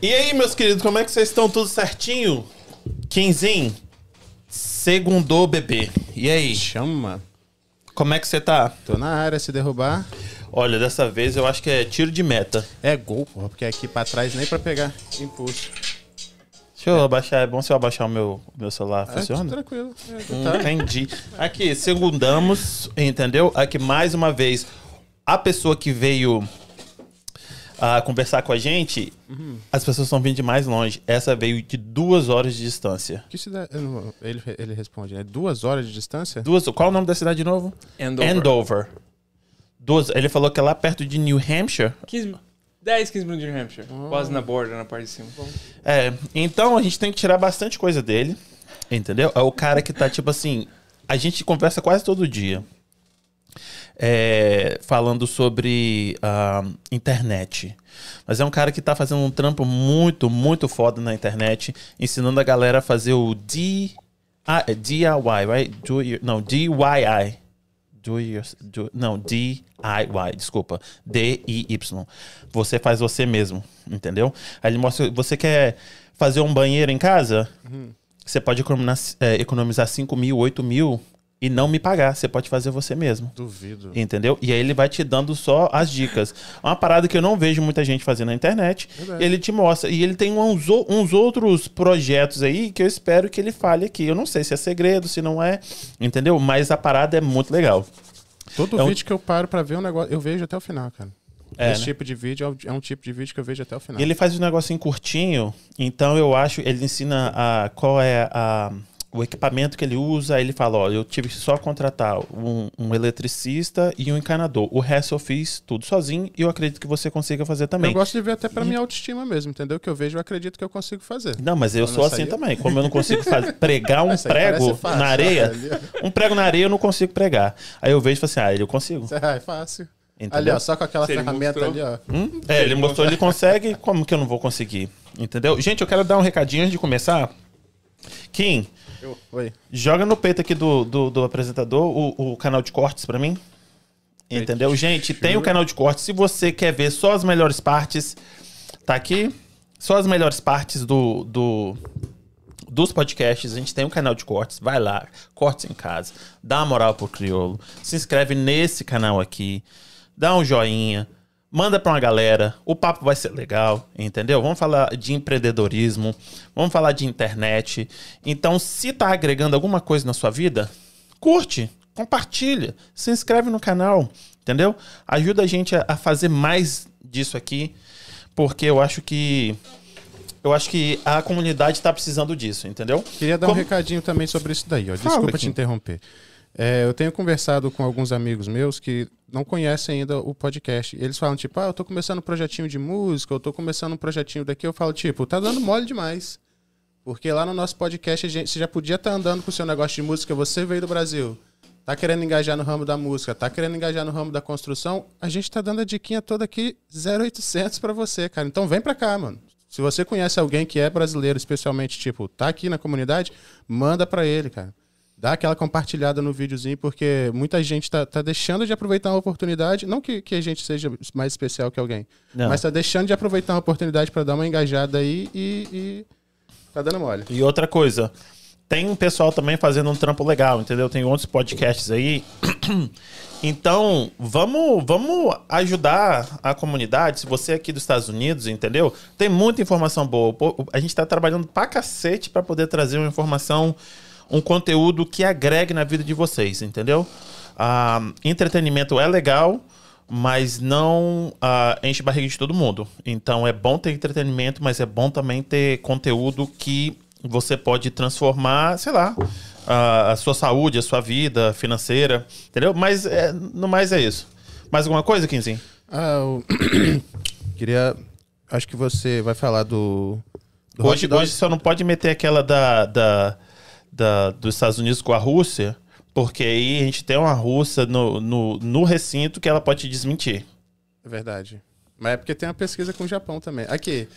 E aí, meus queridos, como é que vocês estão? Tudo certinho? Quinzinho, segundou, bebê. E aí? Chama. Como é que você tá? Tô na área, se derrubar. Olha, dessa vez eu acho que é tiro de meta. É gol, porra, porque aqui pra trás nem pra pegar impulso. Deixa eu abaixar, é bom se eu abaixar o meu celular, É, funciona? tranquilo. Tá. Entendi. Aqui, segundamos, entendeu? Aqui, mais uma vez, a pessoa que veio conversar com a gente, as pessoas estão vindo de mais longe. Essa veio de 2 horas de distância. Que cidade? Ele responde, né? 2 horas de distância? Qual é o nome da cidade de novo? Andover. Ele falou que é lá perto de New Hampshire. 10, 15 minutos de New Hampshire. Quase na borda, na parte de cima. Então a gente tem que tirar bastante coisa dele, entendeu? É o cara que tá tipo assim, a gente conversa quase todo dia. Falando sobre internet. Mas é um cara que tá fazendo um trampo muito, muito foda na internet, ensinando a galera a fazer o DIY, right? DIY. DIY, desculpa. DIY. Você faz você mesmo, entendeu? Aí ele mostra, você quer fazer um banheiro em casa? Você pode economizar 5 mil, 8 mil e não me pagar. Você pode fazer você mesmo. Duvido. Entendeu? E aí ele vai te dando só as dicas. Uma parada que eu não vejo muita gente fazendo na internet. Verdade. Ele te mostra. E ele tem uns outros projetos aí que eu espero que ele fale aqui. Eu não sei se é segredo, se não é. Entendeu? Mas a parada é muito legal. Todo vídeo que eu paro pra ver um negócio, eu vejo até o final, cara. Esse tipo de vídeo é um tipo de vídeo que eu vejo até o final. E ele faz um negocinho curtinho. Então eu acho... Ele ensina qual é o equipamento que ele usa. Ele fala, ó, eu tive que só contratar um eletricista e um encanador. O resto eu fiz tudo sozinho e eu acredito que você consiga fazer também. Eu gosto de ver até pra minha autoestima mesmo, entendeu? Que eu vejo, eu acredito que eu consigo fazer. Não, mas eu sou assim também. Como eu não consigo pregar um prego fácil, na areia, um prego na areia eu não consigo pregar. Aí eu vejo e falo assim, eu consigo. É fácil. Entendeu? Ali, ó, só com aquela ferramenta mostrou. ali, ó. Ele mostrou, ele consegue, como que eu não vou conseguir? Entendeu? Gente, eu quero dar um recadinho antes de começar. Kim, Oi. joga no peito aqui do apresentador o canal de cortes pra mim. Entendeu? Gente, tem o canal de cortes. Se você quer ver só as melhores partes, tá aqui. Só as melhores partes dos podcasts. A gente tem um canal de cortes. Vai lá, cortes em casa. Dá uma moral pro Criolo. Se inscreve nesse canal aqui. Dá um joinha. Manda pra uma galera. O papo vai ser legal, entendeu? Vamos falar de empreendedorismo. Vamos falar de internet. Então, se tá agregando alguma coisa na sua vida, curte, compartilha, se inscreve no canal, entendeu? Ajuda a gente a fazer mais disso aqui, porque eu acho que a comunidade tá precisando disso, entendeu? Queria dar um recadinho também sobre isso daí, ó. Desculpa te interromper. Eu tenho conversado com alguns amigos meus que não conhecem ainda o podcast. Eles falam, tipo, eu tô começando um projetinho de música, eu tô começando um projetinho daqui. Eu falo, tipo, tá dando mole demais. Porque lá no nosso podcast, você já podia estar andando com o seu negócio de música, você veio do Brasil, tá querendo engajar no ramo da música, tá querendo engajar no ramo da construção, a gente tá dando a diquinha toda aqui, 0800 pra você, cara. Então vem pra cá, mano. Se você conhece alguém que é brasileiro, especialmente, tipo, tá aqui na comunidade, manda pra ele, cara. Dá aquela compartilhada no videozinho, porque muita gente tá deixando de aproveitar uma oportunidade. Não que a gente seja mais especial que alguém, mas tá deixando de aproveitar uma oportunidade pra dar uma engajada aí e tá dando mole. E outra coisa, tem um pessoal também fazendo um trampo legal, entendeu? Tem outros podcasts aí. Então, vamos ajudar a comunidade. Se você é aqui dos Estados Unidos, entendeu? Tem muita informação boa. A gente tá trabalhando pra cacete pra poder trazer uma informação, um conteúdo que agregue na vida de vocês, entendeu? Entretenimento é legal, mas não enche barriga de todo mundo. Então é bom ter entretenimento, mas é bom também ter conteúdo que você pode transformar, sei lá, a sua saúde, a sua vida financeira, entendeu? Mas no mais é isso. Mais alguma coisa, Quinzinho? Acho que você vai falar do hoje só não pode meter aquela dos Estados Unidos com a Rússia, porque aí a gente tem uma russa no recinto que ela pode te desmentir. É verdade. Mas é porque tem uma pesquisa com o Japão também. Aqui,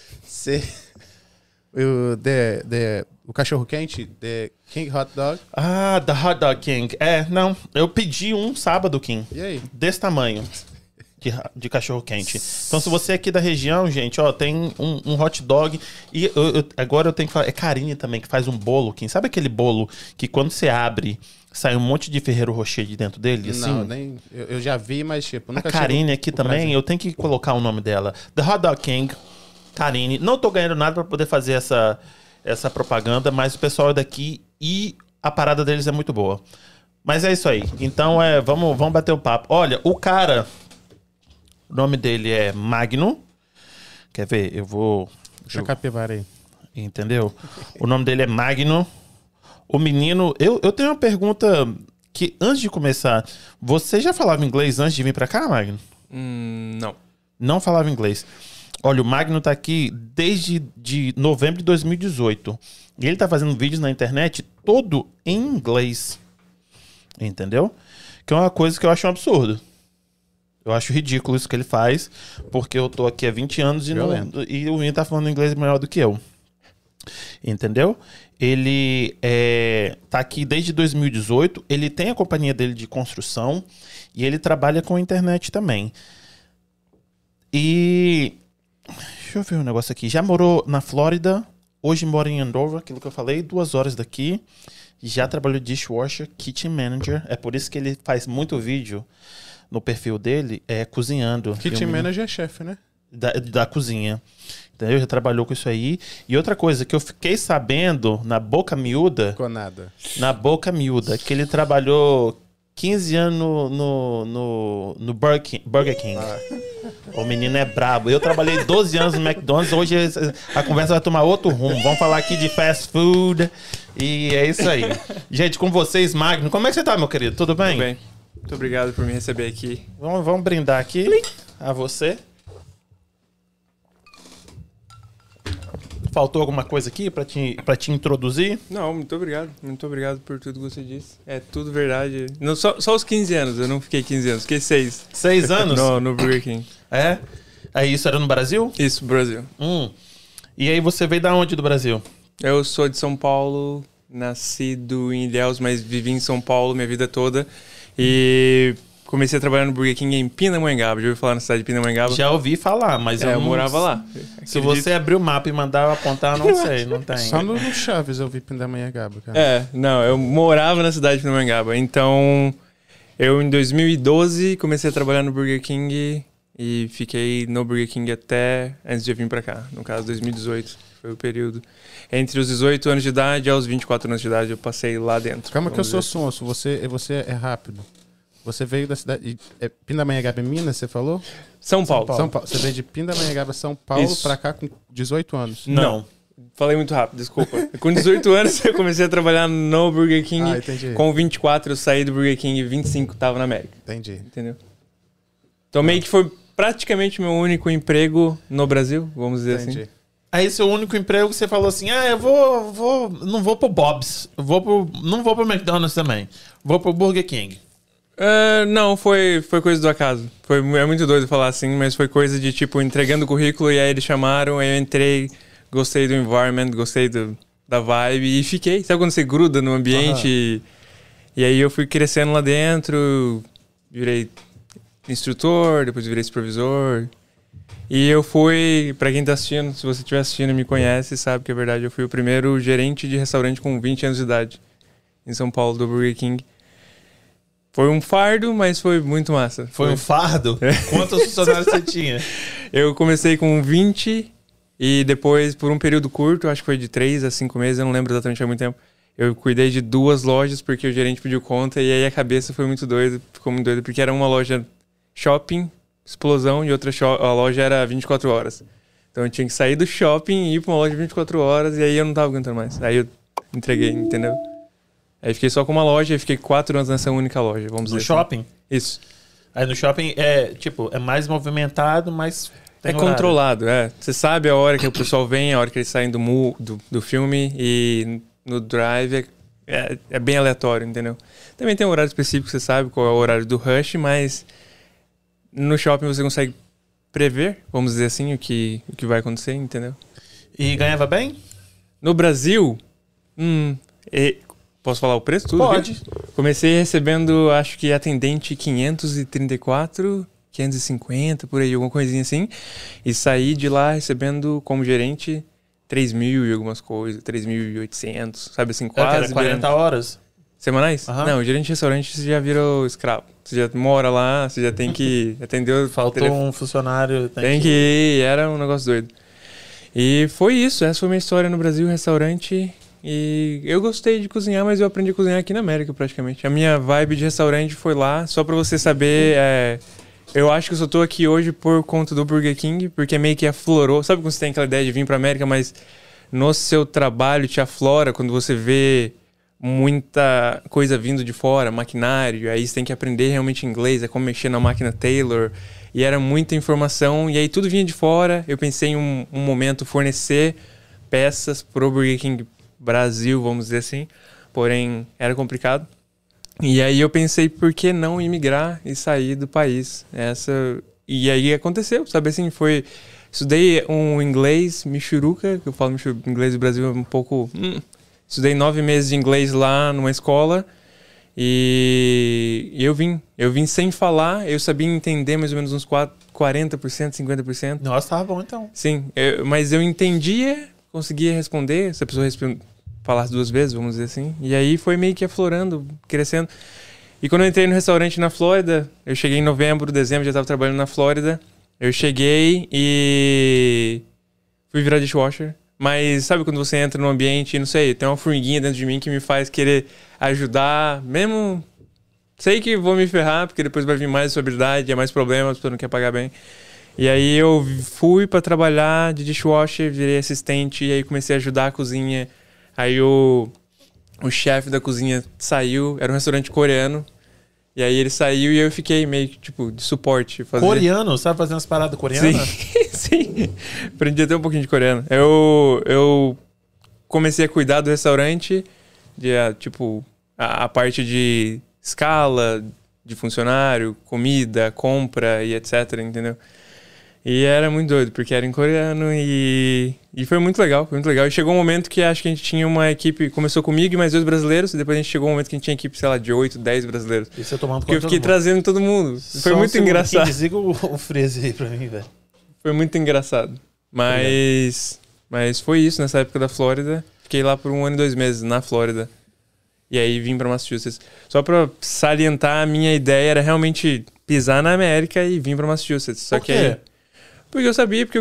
o cachorro-quente, The King Hot Dog. The Hot Dog King. Não, eu pedi um sábado, Kim. E aí? Desse tamanho. de cachorro-quente. Então, se você é aqui da região, gente, ó, tem um hot dog. E agora eu tenho que falar, é Karine também, que faz um bolo. Quem sabe aquele bolo que quando você abre, sai um monte de Ferrero Rocher de dentro dele? Assim? Não, nem... Eu já vi, mas tipo... Nunca a Karine aqui também, Brasil. Eu tenho que colocar o nome dela. The Hot Dog King, Karine. Não tô ganhando nada pra poder fazer essa propaganda, mas o pessoal é daqui e a parada deles é muito boa. Mas é isso aí. Então, vamos bater um papo. Olha, o cara... O nome dele é Magno. Quer ver? Eu vou... Deixa eu capivara aí. Entendeu? O nome dele é Magno. O menino... Eu tenho uma pergunta que, antes de começar... Você já falava inglês antes de vir pra cá, Magno? Não. Não falava inglês. Olha, o Magno tá aqui desde novembro de 2018. E ele tá fazendo vídeos na internet todo em inglês. Entendeu? Que é uma coisa que eu acho um absurdo. Eu acho ridículo isso que ele faz, porque eu tô aqui há 20 anos e o menino tá falando inglês melhor do que eu. Entendeu? Ele tá aqui desde 2018, ele tem a companhia dele de construção e ele trabalha com a internet também. E... Deixa eu ver um negócio aqui. Já morou na Flórida, hoje mora em Andover, aquilo que eu falei, 2 horas daqui. Já trabalhou de dishwasher, kitchen manager. É por isso que ele faz muito vídeo no perfil dele, cozinhando. Kitchen manager é chefe, né? Da cozinha. Entendeu? Já trabalhou com isso aí. E outra coisa que eu fiquei sabendo na boca miúda... Com nada. Na boca miúda, que ele trabalhou 15 anos no Burger King. O menino é brabo. Eu trabalhei 12 anos no McDonald's. Hoje a conversa vai tomar outro rumo. Vamos falar aqui de fast food. E é isso aí. Gente, com vocês, Magno. Como é que você tá, meu querido? Tudo bem? Tudo bem. Muito obrigado por me receber aqui. Vamos brindar aqui a você. Faltou alguma coisa aqui pra te introduzir? Não, muito obrigado. Muito obrigado por tudo que você disse. É tudo verdade. Não, só os 15 anos. Eu não fiquei 15 anos. Fiquei 6. 6 anos? No Burger King. É? Aí isso era no Brasil? Isso, Brasil. E aí você veio da onde do Brasil? Eu sou de São Paulo. Nascido em Ilhéus, mas vivi em São Paulo minha vida toda. E comecei a trabalhar no Burger King em Pindamonhangaba. Já ouviu falar na cidade de Pindamonhangaba? Já ouvi falar, mas eu morava lá. Se você abrir o mapa e mandar eu apontar, não sei, não tem. Só no Chaves eu vi Pindamonhangaba, cara. Não, eu morava na cidade de Pindamonhangaba. Então, eu em 2012 comecei a trabalhar no Burger King e fiquei no Burger King até antes de eu vir pra cá. No caso, 2018 foi o período. Entre os 18 anos de idade e aos 24 anos de idade eu passei lá dentro. Calma que eu sou sonso, você é rápido. Você veio da cidade... Pindamonhangaba, Minas, você falou? São Paulo. Você veio de Pindamonhangaba, São Paulo, pra cá com 18 anos. Não. Falei muito rápido, desculpa. Com 18 anos eu comecei a trabalhar no Burger King. Entendi. Com 24 eu saí do Burger King e 25 tava na América. Entendi. Entendeu? Então meio que foi praticamente meu único emprego no Brasil, vamos dizer assim. Aí seu único emprego, você falou assim, eu não vou pro Bob's, não vou pro McDonald's também, vou pro Burger King. Não, foi coisa do acaso. É muito doido falar assim, mas foi coisa de tipo, entregando o currículo e aí eles chamaram, aí eu entrei, gostei do environment, gostei da vibe e fiquei. Sabe quando você gruda no ambiente? E aí eu fui crescendo lá dentro, virei instrutor, depois virei supervisor. E eu fui, pra quem tá assistindo, se você estiver assistindo e me conhece, sabe que é verdade, eu fui o primeiro gerente de restaurante com 20 anos de idade em São Paulo, do Burger King. Foi um fardo, mas foi muito massa. Foi um fardo? Quantos funcionários você tinha? Eu comecei com 20 e depois, por um período curto, acho que foi de 3 a 5 meses, eu não lembro exatamente há muito tempo, eu cuidei de 2 lojas porque o gerente pediu conta e aí a cabeça foi muito doida, ficou muito doida, porque era uma loja shopping, explosão, e outra a loja era 24 horas. Então eu tinha que sair do shopping e ir pra uma loja 24 horas e aí eu não tava aguentando mais. Aí eu entreguei, entendeu? Aí fiquei só com uma loja e fiquei 4 anos nessa única loja, vamos dizer. No shopping? Assim. Isso. Aí no shopping é mais movimentado, mas tem horário. Controlado, Você sabe a hora que o pessoal vem, a hora que eles saem do filme e no drive é bem aleatório, entendeu? Também tem um horário específico, você sabe qual é o horário do rush, mas no shopping você consegue prever, vamos dizer assim, o que vai acontecer, entendeu? E ganhava bem? No Brasil, posso falar o preço? Tudo? Pode. Comecei recebendo, acho que atendente 534, 550, por aí, alguma coisinha assim. E saí de lá recebendo como gerente 3.000 e algumas coisas, 3.800, sabe assim, quase. 40 horas? Semanais? Uhum. Não, gerente de restaurante você já virou escravo. Você já mora lá, você já tem que atender. Faltou um funcionário. Tem que ir, era um negócio doido. E foi isso, essa foi minha história no Brasil, restaurante. E eu gostei de cozinhar, mas eu aprendi a cozinhar aqui na América praticamente. A minha vibe de restaurante foi lá, só pra você saber, eu acho que eu só tô aqui hoje por conta do Burger King, porque meio que aflorou. Sabe quando você tem aquela ideia de vir pra América, mas no seu trabalho te aflora quando você vê muita coisa vindo de fora, maquinário, aí você tem que aprender realmente inglês, é como mexer na máquina Taylor, e era muita informação, e aí tudo vinha de fora. Eu pensei em um momento fornecer peças pro Burger King Brasil, vamos dizer assim, porém era complicado. E aí eu pensei, por que não imigrar e sair do país? E aí aconteceu, sabe assim, estudei um inglês michuruca, que eu falo inglês do Brasil é um pouco... Estudei 9 meses de inglês lá numa escola e eu vim sem falar, eu sabia entender mais ou menos uns 40%, 50%. Nossa, tava bom então. Sim, mas eu entendia, conseguia responder, se a pessoa falasse 2 vezes, vamos dizer assim. E aí foi meio que aflorando, crescendo. E quando eu entrei no restaurante na Flórida, eu cheguei em novembro, dezembro, já estava trabalhando na Flórida. Eu cheguei e fui virar dishwasher. Mas sabe quando você entra num ambiente, não sei, tem uma formiguinha dentro de mim que me faz querer ajudar, mesmo... Sei que vou me ferrar, porque depois vai vir mais responsabilidade, é mais problemas, a pessoa não quer pagar bem. E aí eu fui pra trabalhar de dishwasher, virei assistente, e aí comecei a ajudar a cozinha. Aí o chefe da cozinha saiu, era um restaurante coreano. E aí ele saiu e eu fiquei meio que, tipo, de suporte. Coreano? Sabe fazer umas paradas coreanas? Sim, sim. Aprendi até um pouquinho de coreano. Eu comecei a cuidar do restaurante, tipo, a parte de escala, de funcionário, comida, compra e etc, entendeu? E era muito doido, porque era em coreano e foi muito legal, foi muito legal. E chegou um momento que acho que a gente tinha uma equipe, começou comigo e mais 2 brasileiros, e depois a gente chegou um momento que a gente tinha equipe, sei lá, de 8, 10 brasileiros. E você tomando conta. Porque eu fiquei trazendo todo mundo. Foi muito engraçado. Desliga o freezer aí pra mim, velho. Foi muito engraçado. Mas foi isso nessa época da Flórida. Fiquei lá por 1 ano e 2 meses na Flórida. E aí vim pra Massachusetts. Só pra salientar, a minha ideia era realmente pisar na América e vir pra Massachusetts. Só Por quê? que aí, porque eu sabia, porque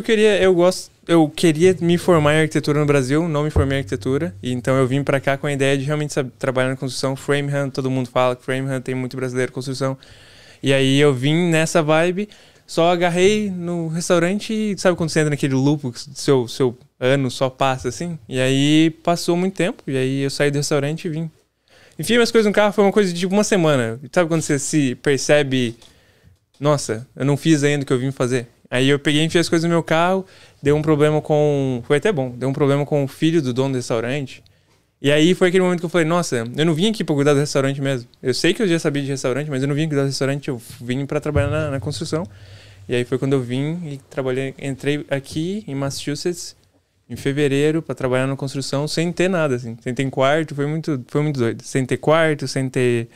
eu queria me formar em arquitetura no Brasil, não me formei em arquitetura, e então eu vim pra cá com a ideia de realmente trabalhar na construção. Framingham, todo mundo fala que Framingham tem muito brasileiro em construção. E aí eu vim nessa vibe, só agarrei no restaurante e sabe quando você entra naquele loop, seu ano só passa assim? E aí passou muito tempo, e aí eu saí do restaurante e vim. Enfim, minhas coisas no carro foi uma coisa de tipo 1 semana. Sabe quando você se percebe, nossa, eu não fiz ainda o que eu vim fazer? Aí eu peguei e enfiei as coisas no meu carro, deu um problema com... Foi até bom, deu um problema com o filho do dono do restaurante. E aí foi aquele momento que eu falei, nossa, eu não vim aqui pra cuidar do restaurante mesmo. Eu sei que eu já sabia de restaurante, mas eu não vim cuidar do restaurante, eu vim pra trabalhar na construção. E aí foi quando eu vim e entrei aqui em Massachusetts em fevereiro pra trabalhar na construção sem ter nada, assim. Sem ter quarto, foi muito doido. Sem ter quarto, sem ter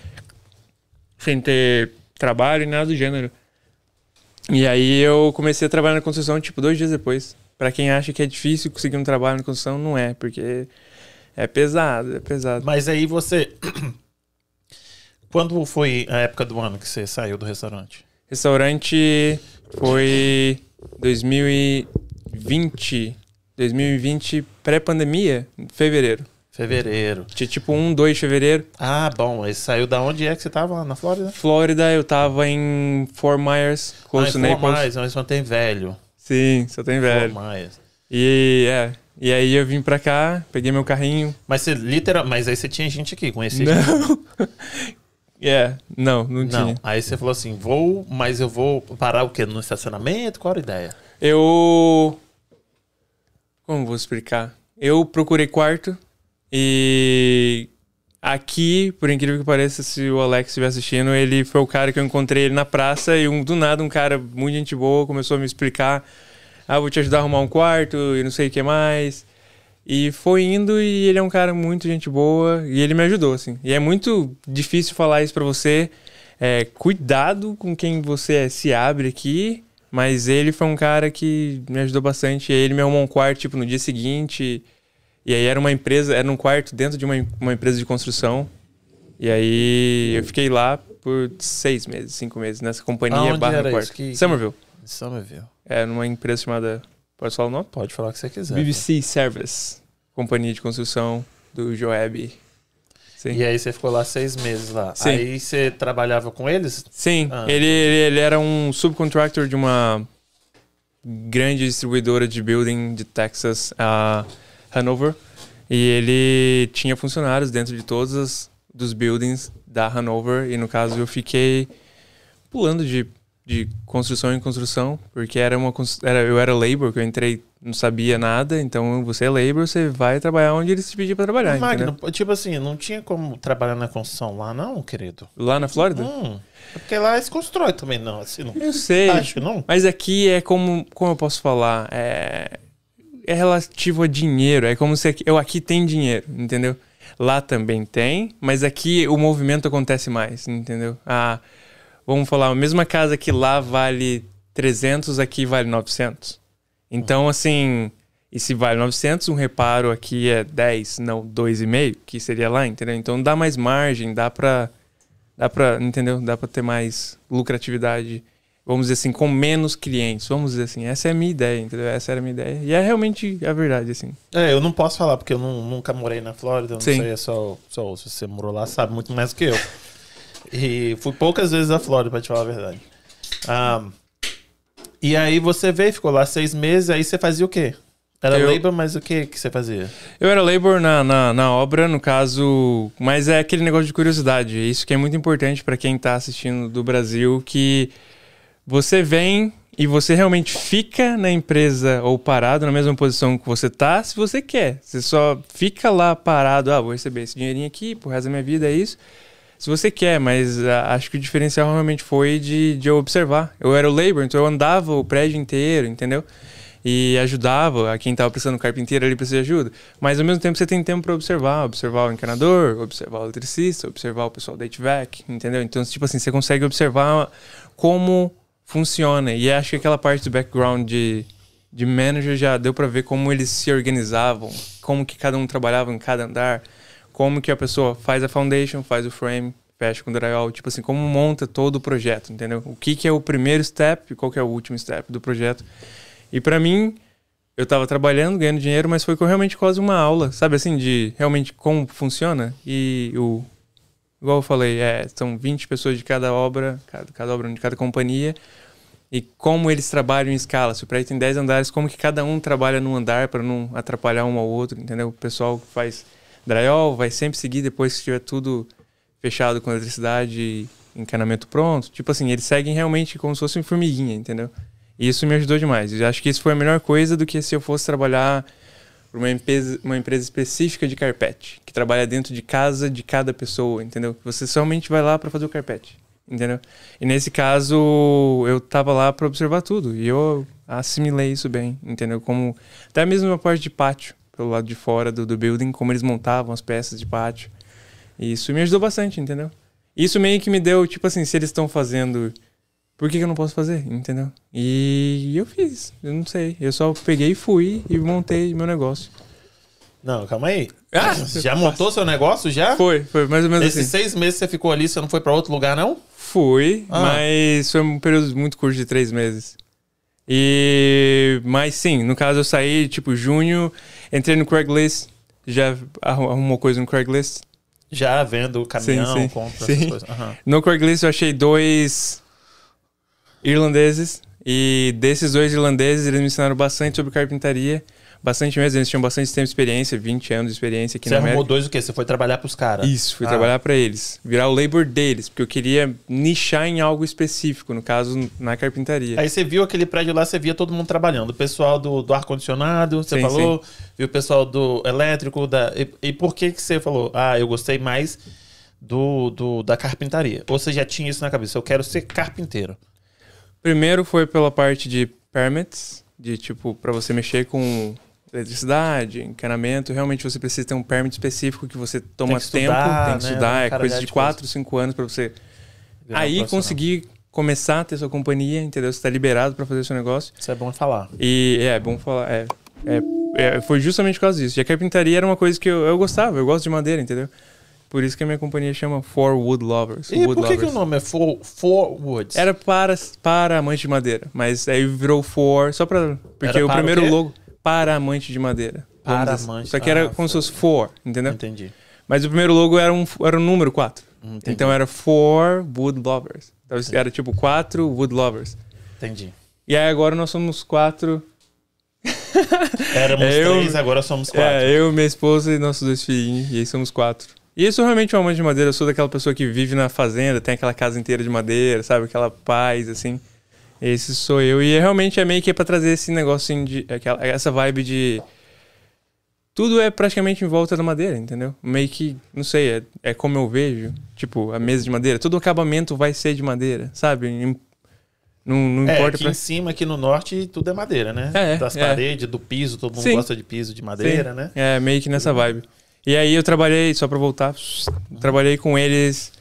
trabalho e nada do gênero. E aí eu comecei a trabalhar na construção, tipo, 2 dias depois. Pra quem acha que é difícil conseguir um trabalho na construção, não é, porque é pesado, é pesado. Mas aí você... Quando foi a época do ano que você saiu do restaurante? Restaurante foi 2020 pré-pandemia, fevereiro. Fevereiro. Tinha tipo 2 de fevereiro. Ah, bom. Aí saiu da onde é que você tava? Na Flórida? Flórida, eu tava em Fort Myers, close to Naples. Fort Myers, mas só tem velho. Sim, só tem velho. Fort Myers. E aí eu vim pra cá, peguei meu carrinho. Mas você mas aí você tinha gente aqui, conhecia gente? Não tinha. Aí você falou assim, mas eu vou parar o quê? No estacionamento? Qual era a ideia? Como vou explicar? Eu procurei quarto e aqui, por incrível que pareça, se o Alex estiver assistindo, ele foi o cara que eu encontrei ele na praça e do nada um cara muito gente boa começou a me explicar, vou te ajudar a arrumar um quarto e não sei o que mais. E foi indo e ele é um cara muito gente boa e ele me ajudou, assim. E é muito difícil falar isso pra você, cuidado com quem você se abre aqui, mas ele foi um cara que me ajudou bastante. Ele me arrumou um quarto, tipo, no dia seguinte, e aí era um quarto dentro de uma empresa de construção, e aí eu fiquei lá por 6 meses, 5 meses, nessa companhia barra quarto. Somerville. Somerville. Numa empresa chamada... Pode falar o nome? Pode falar o que você quiser. BBC Service, companhia de construção do Joab. Sim. E aí você ficou lá 6 meses lá. Sim. Aí você trabalhava com eles? Sim, ele era um subcontractor de uma grande distribuidora de building de Texas, a Hanover. E ele tinha funcionários dentro de todos dos buildings da Hanover. E no caso eu fiquei pulando de construção em construção, porque eu era labor, que eu entrei, não sabia nada, então você é labor, você vai trabalhar onde eles te pediam pra trabalhar. Magno, tipo assim, não tinha como trabalhar na construção lá não, querido? Lá na Flórida? Porque lá eles constroem também, não, assim, não. Eu sei, acho que não. Mas aqui é como eu posso falar, é relativo a dinheiro, é como se aqui tem dinheiro, entendeu? Lá também tem, mas aqui o movimento acontece mais, entendeu? Vamos falar, a mesma casa que lá vale 300, aqui vale 900. Então, assim, e se vale 900, um reparo aqui é 10, não 2,5, que seria lá, entendeu? Então dá mais margem, dá pra, entendeu? Dá pra ter mais lucratividade, vamos dizer assim, com menos clientes, vamos dizer assim. Essa é a minha ideia, entendeu? Essa era a minha ideia. E é realmente a verdade, assim. Eu não posso falar, porque eu nunca morei na Flórida, eu não sei, só se você morou lá, sabe muito mais do que eu. E fui poucas vezes à Flórida, pra te falar a verdade. E aí você veio, ficou lá 6 meses, aí você fazia o quê? Era labor, mas o que você fazia? Eu era labor na obra, no caso, mas é aquele negócio de curiosidade. Isso que é muito importante para quem tá assistindo do Brasil, que você vem e você realmente fica na empresa ou parado na mesma posição que você tá, se você quer. Você só fica lá parado, vou receber esse dinheirinho aqui pro resto da minha vida, é isso. Se você quer, mas acho que o diferencial realmente foi de eu observar. Eu era o labor, então eu andava o prédio inteiro, entendeu? E ajudava a quem estava precisando de carpinteiro ali precisa de ajuda. Mas ao mesmo tempo você tem tempo para observar o encanador, observar o eletricista, observar o pessoal da HVAC, entendeu? Então, tipo assim, você consegue observar como funciona. E acho que aquela parte do background de manager já deu para ver como eles se organizavam, como que cada um trabalhava em cada andar, como que a pessoa faz a foundation, faz o frame, fecha com o drywall, tipo assim, como monta todo o projeto, entendeu? O que é o primeiro step e qual que é o último step do projeto. E pra mim, eu tava trabalhando, ganhando dinheiro, mas foi realmente quase uma aula, sabe assim, de realmente como funciona. E igual eu falei, são 20 pessoas de cada obra, cada obra de cada companhia, e como eles trabalham em escala. Se o prédio tem 10 andares, como que cada um trabalha num andar para não atrapalhar um ao outro, entendeu? O pessoal que faz drywall vai sempre seguir depois que tiver tudo fechado com eletricidade e encanamento pronto. Tipo assim, eles seguem realmente como se fosse uma formiguinha, entendeu? E isso me ajudou demais. Eu acho que isso foi a melhor coisa do que se eu fosse trabalhar para uma empresa específica de carpete, que trabalha dentro de casa de cada pessoa, entendeu? Você somente vai lá para fazer o carpete, entendeu? E nesse caso, eu tava lá para observar tudo e eu assimilei isso bem, entendeu? Como até mesmo a parte de pátio, pelo lado de fora do building, como eles montavam as peças de pátio. E isso me ajudou bastante, entendeu? Isso meio que me deu, tipo assim, se eles estão fazendo, por que eu não posso fazer, entendeu? E eu fiz, eu não sei. Eu só peguei, fui e montei meu negócio. Não, calma aí. Já montou seu negócio, já? Foi mais ou menos assim. Esses 6 meses você ficou ali, você não foi pra outro lugar, não? Fui, mas foi um período muito curto de 3 meses. Mas sim, no caso eu saí, tipo, junho, entrei no Craigslist, já arrumou coisa no Craigslist? Já vendo caminhão, compra, essas coisas. No Craigslist eu achei 2 irlandeses, e desses 2 irlandeses eles me ensinaram bastante sobre carpintaria, bastante mesmo, eles tinham bastante tempo de experiência, 20 anos de experiência aqui na América. Você arrumou 2 o quê? Você foi trabalhar pros caras? Isso, fui trabalhar pra eles, virar o labor deles, porque eu queria nichar em algo específico, no caso, na carpintaria. Aí você viu aquele prédio lá, você via todo mundo trabalhando, o pessoal do ar-condicionado, você falou, viu o pessoal do elétrico, e por que você falou, eu gostei mais da carpintaria? Ou você já tinha isso na cabeça, eu quero ser carpinteiro? Primeiro foi pela parte de permits, de tipo, pra você mexer com eletricidade, encanamento, realmente você precisa ter um permit específico que você toma tempo, tem que estudar, é coisa de 4, 5 anos pra você Aí consegui começar a ter sua companhia, entendeu? Você tá liberado pra fazer seu negócio. Isso é bom falar. E é bom falar. Foi justamente por causa disso. E a carpintaria era uma coisa que eu gostava. Eu gosto de madeira, entendeu? Por isso que a minha companhia chama For Wood Lovers. E por que o nome é For Woods? Era para amante de madeira. Mas aí virou For, só pra... Porque o primeiro logo... Para amante de madeira. Para amante. Só que era como se fosse For, entendeu? Entendi. Mas o primeiro logo era um número 4. Entendi. Então era For Wood Lovers. Então era tipo 4 Wood Lovers. Entendi. E aí agora nós somos 4... Éramos 3, agora somos 4. Eu, minha esposa e nossos 2 filhinhos. E aí somos 4. E eu sou realmente um amante de madeira. Eu sou daquela pessoa que vive na fazenda, tem aquela casa inteira de madeira, sabe? Aquela paz, assim. Esse sou eu. E realmente é meio que pra trazer esse negócio assim, essa vibe de... Tudo é praticamente em volta da madeira, entendeu? Meio que, não sei, é como eu vejo. Tipo, a mesa de madeira. Todo o acabamento vai ser de madeira, sabe? Não importa. Aqui em cima, aqui no norte, tudo é madeira, né? Das paredes, do piso, todo mundo gosta de piso de madeira, né? É, meio que nessa vibe. E aí eu trabalhei, só pra voltar, trabalhei com eles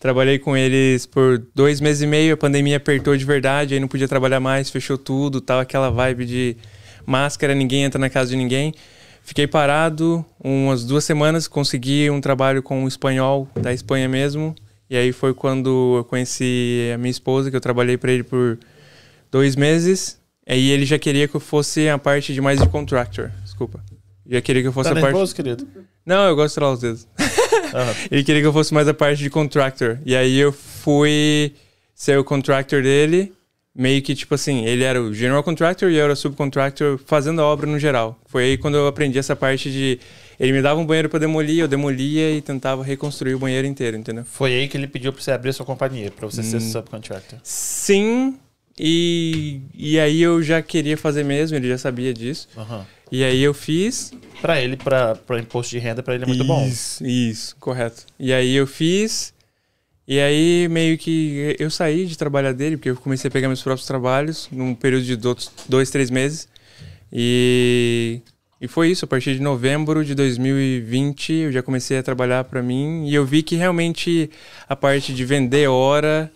por 2 meses e meio, a pandemia apertou de verdade, aí não podia trabalhar mais, fechou tudo, tava aquela vibe de máscara, ninguém entra na casa de ninguém. Fiquei parado umas 2 semanas, consegui um trabalho com um espanhol da Espanha mesmo, e aí foi quando eu conheci a minha esposa, que eu trabalhei pra ele por 2 meses, aí ele já queria que eu fosse a parte de mais de contractor, desculpa. Já queria que eu fosse a parte... nervoso, querido? Não, eu gosto de estralar os dedos. Ele queria que eu fosse mais a parte de contractor. E aí eu fui ser o contractor dele, meio que tipo assim, ele era o general contractor e eu era o subcontractor fazendo a obra no geral. Foi aí quando eu aprendi essa parte de... Ele me dava um banheiro pra demolir, eu demolia e tentava reconstruir o banheiro inteiro, entendeu? Foi aí que ele pediu pra você abrir a sua companhia, pra você ser subcontractor. Sim, e aí eu já queria fazer mesmo, ele já sabia disso. E aí eu fiz... Pra ele, pra imposto de renda, pra ele é muito bom. Isso, correto. E aí eu fiz... E aí meio que eu saí de trabalhar dele, porque eu comecei a pegar meus próprios trabalhos num período de 2, 3 meses. E foi isso, a partir de novembro de 2020 eu já comecei a trabalhar pra mim. E eu vi que realmente a parte de vender hora...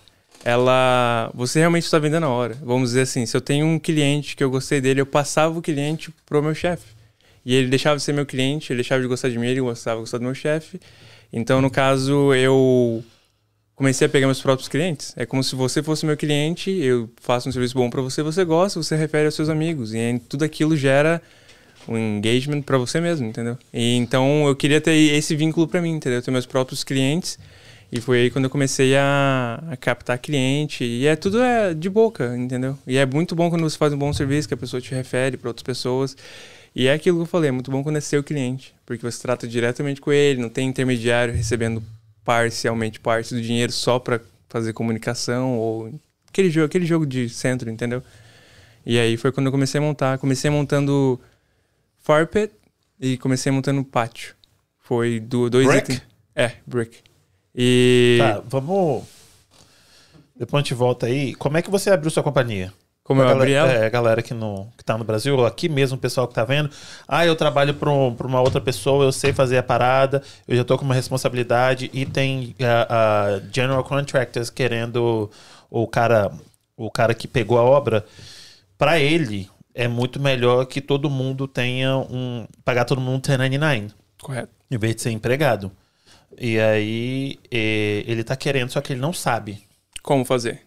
Você realmente está vendendo a hora. Vamos dizer assim, se eu tenho um cliente que eu gostei dele, eu passava o cliente pro meu chefe. E ele deixava de ser meu cliente, ele deixava de gostar de mim, ele gostava de gostar do meu chefe. Então, no caso, eu comecei a pegar meus próprios clientes. É como se você fosse meu cliente, eu faço um serviço bom para você, você gosta, você refere aos seus amigos. E tudo aquilo gera um engagement para você mesmo, entendeu? E então, eu queria ter esse vínculo para mim, entendeu? Ter meus próprios clientes. E foi aí quando eu comecei a captar cliente. E tudo é de boca, entendeu? E é muito bom quando você faz um bom serviço, que a pessoa te refere para outras pessoas. E é aquilo que eu falei, é muito bom quando é seu cliente. Porque você trata diretamente com ele, não tem intermediário recebendo parcialmente parte do dinheiro só para fazer comunicação. Ou aquele jogo de centro, entendeu? E aí foi quando eu comecei a montar. Comecei montando Farpet e comecei montando pátio. Foi 2 Brick? itens. Brick. E... Tá, vamos... Depois a gente volta aí. Como é que você abriu sua companhia? Como eu abri ela? A galera que tá no Brasil, aqui mesmo o pessoal que tá vendo. Eu trabalho pra uma outra pessoa, eu sei fazer a parada, eu já tô com uma responsabilidade e tem general contractors querendo o cara que pegou a obra. Pra ele, é muito melhor que todo mundo tenha pagar todo mundo 1099. Correto. Em vez de ser empregado. E aí, ele tá querendo, só que ele não sabe como fazer.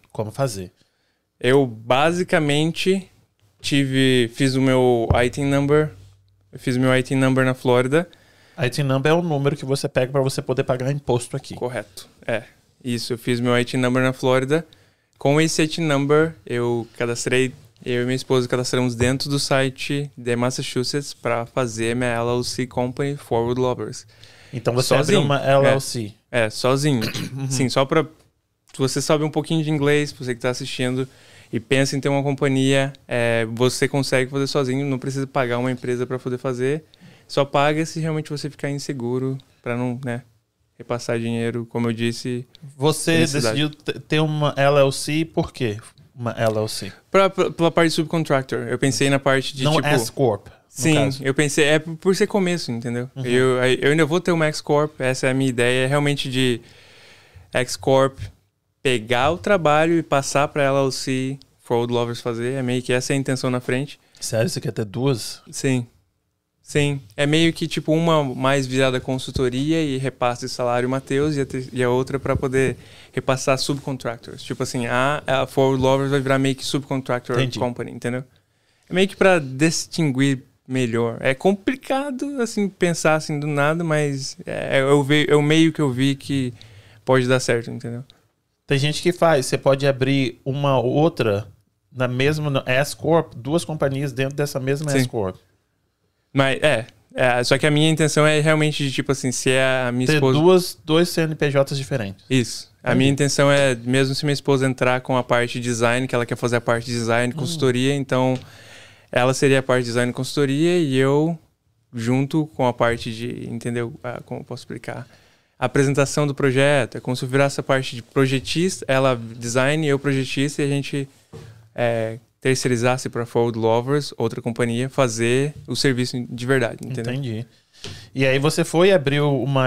Eu, basicamente, fiz o meu ITIN number. Eu fiz o meu ITIN number na Flórida. ITIN number é o número que você pega para você poder pagar imposto aqui. Correto. Isso. Eu fiz meu ITIN number na Flórida. Com esse ITIN number, eu e minha esposa cadastramos dentro do site de Massachusetts para fazer minha LLC Company For Wood Lovers. Então você abriu uma LLC. Sozinho. Sim, só pra... Se você sabe um pouquinho de inglês, você que tá assistindo e pensa em ter uma companhia, você consegue fazer sozinho, não precisa pagar uma empresa para poder fazer. Só paga se realmente você ficar inseguro para não, repassar dinheiro, como eu disse. Você decidiu ter uma LLC por quê? Uma LLC? Pela parte de subcontractor. Eu pensei na parte de não S-Corp. Sim, eu pensei, por ser começo, entendeu? Eu ainda vou ter uma X-Corp, essa é a minha ideia, realmente de X-Corp, pegar o trabalho e passar pra LLC Forward Lovers fazer. É meio que essa é a intenção na frente. Sério? Você quer ter duas? Sim. Sim. É meio que tipo uma mais virada consultoria e repasse de salário Matheus e a outra pra poder repassar subcontractors. Tipo assim, a Forward Lovers vai virar meio que subcontractor company, entendeu? É meio que pra distinguir melhor. É complicado, assim, pensar assim do nada, mas é o meio que eu vi que pode dar certo, entendeu? Tem gente que faz. Você pode abrir uma outra na mesma S-Corp, duas companhias dentro dessa mesma S-Corp. Mas, só que a minha intenção é realmente de, tipo assim, se é a minha esposa... Ter dois CNPJs diferentes. Isso. A minha intenção é, mesmo se minha esposa entrar com a parte de design, que ela quer fazer a parte de design, consultoria, então ela seria a parte de design e consultoria e eu, junto com a parte de, entendeu? Como eu posso explicar? A apresentação do projeto, é como se eu virasse a parte de projetista, ela design e eu projetista, e a gente terceirizasse para Forward Lovers, outra companhia, fazer o serviço de verdade, entendeu? Entendi. E aí você foi e abriu uma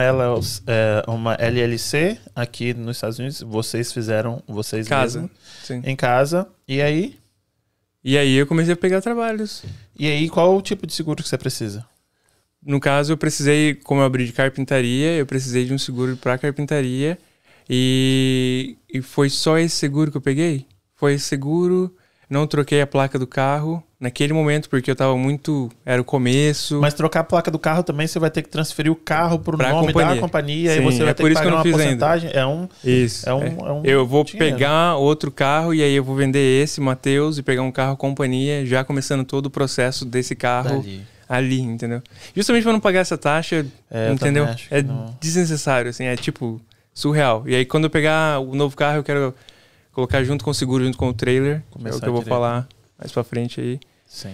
LLC aqui nos Estados Unidos, vocês fizeram, vocês mesmos, em casa, e aí? E aí eu comecei a pegar trabalhos. E aí qual o tipo de seguro que você precisa? No caso, eu precisei, como eu abri de carpintaria, eu precisei de um seguro para carpintaria, e foi só esse seguro que eu peguei? Foi esse seguro, não troquei a placa do carro naquele momento, porque eu tava era o começo. Mas trocar a placa do carro também, você vai ter que transferir o carro pro nome da companhia, sim, e você vai ter que pagar uma porcentagem. Isso. Eu vou pegar outro carro, e aí eu vou vender esse, Matheus, e pegar um carro companhia, já começando todo o processo desse carro ali, entendeu? Justamente para não pagar essa taxa, entendeu? Desnecessário, assim, é tipo surreal. E aí quando eu pegar o novo carro, eu quero colocar junto com o seguro, junto com o trailer. É o que eu vou falar mais pra frente aí. Sim.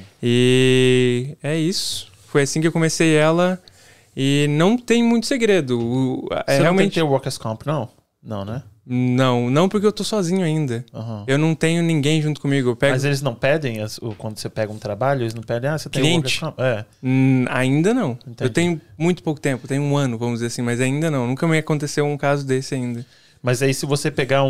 E é isso. Foi assim que eu comecei ela. E não tem muito segredo. Você realmente... não tem que ter Workers' Comp, não? Não, né? Não porque eu tô sozinho ainda. Eu não tenho ninguém junto comigo. Mas eles não pedem, quando você pega um trabalho, eles não pedem, você tem Workers' Comp? Ainda não. Entendi. Eu tenho muito pouco tempo, tenho 1 ano, vamos dizer assim, mas ainda não. Nunca me aconteceu um caso desse ainda. Mas aí se você pegar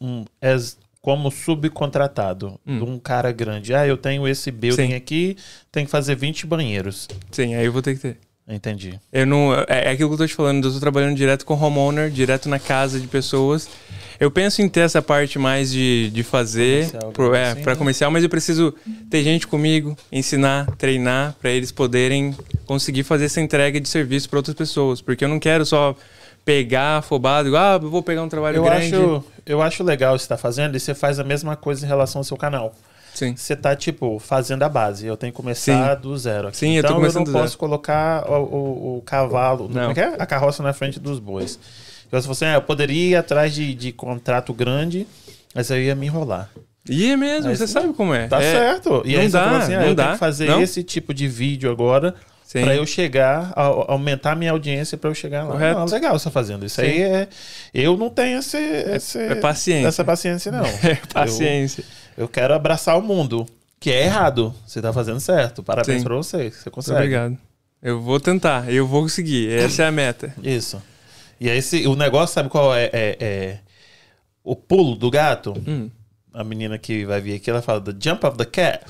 como subcontratado de um cara grande, eu tenho esse building aqui, tem que fazer 20 banheiros. Sim, aí eu vou ter que ter. Entendi. Eu não, é aquilo que eu tô te falando, eu tô trabalhando direto com homeowner, direto na casa de pessoas. Eu penso em ter essa parte mais de fazer para comercial, mas eu preciso ter gente comigo, ensinar, treinar, para eles poderem conseguir fazer essa entrega de serviço para outras pessoas. Porque eu não quero só pegar afobado, eu vou pegar um trabalho grande. Eu acho legal você tá fazendo, e você faz a mesma coisa em relação ao seu canal. Sim. Você tá, fazendo a base. Eu tenho que começar do zero aqui. Sim, então eu não posso colocar o cavalo, a carroça na frente dos bois. Então, se você, eu poderia ir atrás de contrato grande, mas eu ia me enrolar. Ia mesmo, você sabe como é. Tá certo. E aí você fala assim, eu tenho que fazer esse tipo de vídeo agora, para eu chegar, aumentar a minha audiência para eu chegar lá. Correto. Não, legal você fazendo isso. Aí eu não tenho paciência. essa paciência, não. Paciência. Eu quero abraçar o mundo, que é errado. Você tá fazendo certo. Parabéns para você consegue. Obrigado. Eu vou tentar, eu vou conseguir. Essa é a meta. Isso. E aí o negócio, sabe qual é o pulo do gato? A menina que vai vir aqui, ela fala the jump of the cat.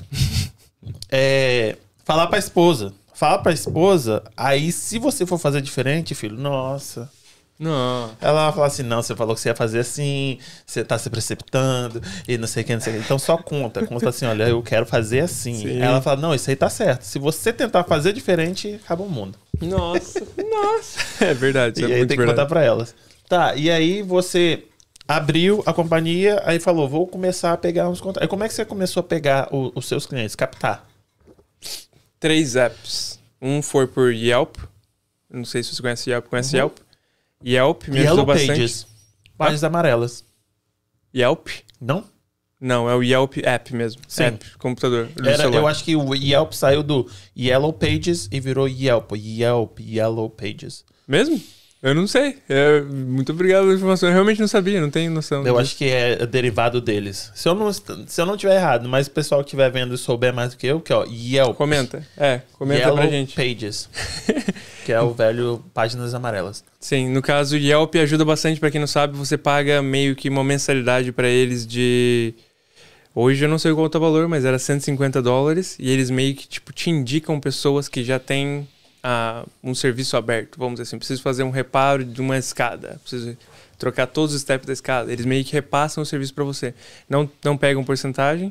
Falar pra esposa. Fala pra esposa, aí se você for fazer diferente, filho, nossa. Não. Ela vai falar assim, não, você falou que você ia fazer assim, você tá se precipitando, e não sei o que, não sei o que. Então só conta assim, olha, eu quero fazer assim. Sim. Ela fala, não, isso aí tá certo. Se você tentar fazer diferente, acaba o mundo. Nossa. É verdade. E aí tem que contar pra elas. Tá, e aí você abriu a companhia, aí falou, vou começar a pegar uns contratos. Aí como é que você começou a pegar os seus clientes, captar? 3 apps. Um foi por Yelp. Não sei se você conhece Yelp. Conhece Yelp? Yelp me ajudou bastante. Pages. Páginas amarelas. Yelp? Não? Não, é o Yelp app mesmo. Sim. App, computador. Eu acho que o Yelp saiu do Yellow Pages e virou Yelp. Yellow Pages. Mesmo? Eu não sei. Muito obrigado pela informação. Eu realmente não sabia, não tenho noção. Eu acho que é derivado deles. Se eu não tiver errado, mas o pessoal que estiver vendo e souber mais do que eu, que é o Yelp. Comenta Yellow pra gente. Pages, que é o velho Páginas Amarelas. Sim, no caso, o Yelp ajuda bastante, pra quem não sabe, você paga meio que uma mensalidade pra eles de... Hoje eu não sei qual é o valor, mas era $150, e eles meio que tipo te indicam pessoas que já têm um serviço aberto, vamos dizer assim. Preciso fazer um reparo de uma escada, preciso trocar todos os steps da escada. Eles meio que repassam o serviço para você. Não pegam porcentagem,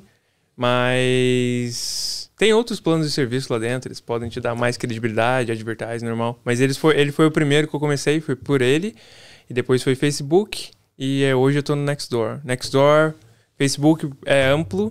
mas tem outros planos de serviço lá dentro. Eles podem te dar mais credibilidade, advertising, normal. Mas ele foi o primeiro que eu comecei, foi por ele. E depois foi Facebook. E hoje eu tô no Nextdoor. Nextdoor, Facebook é amplo.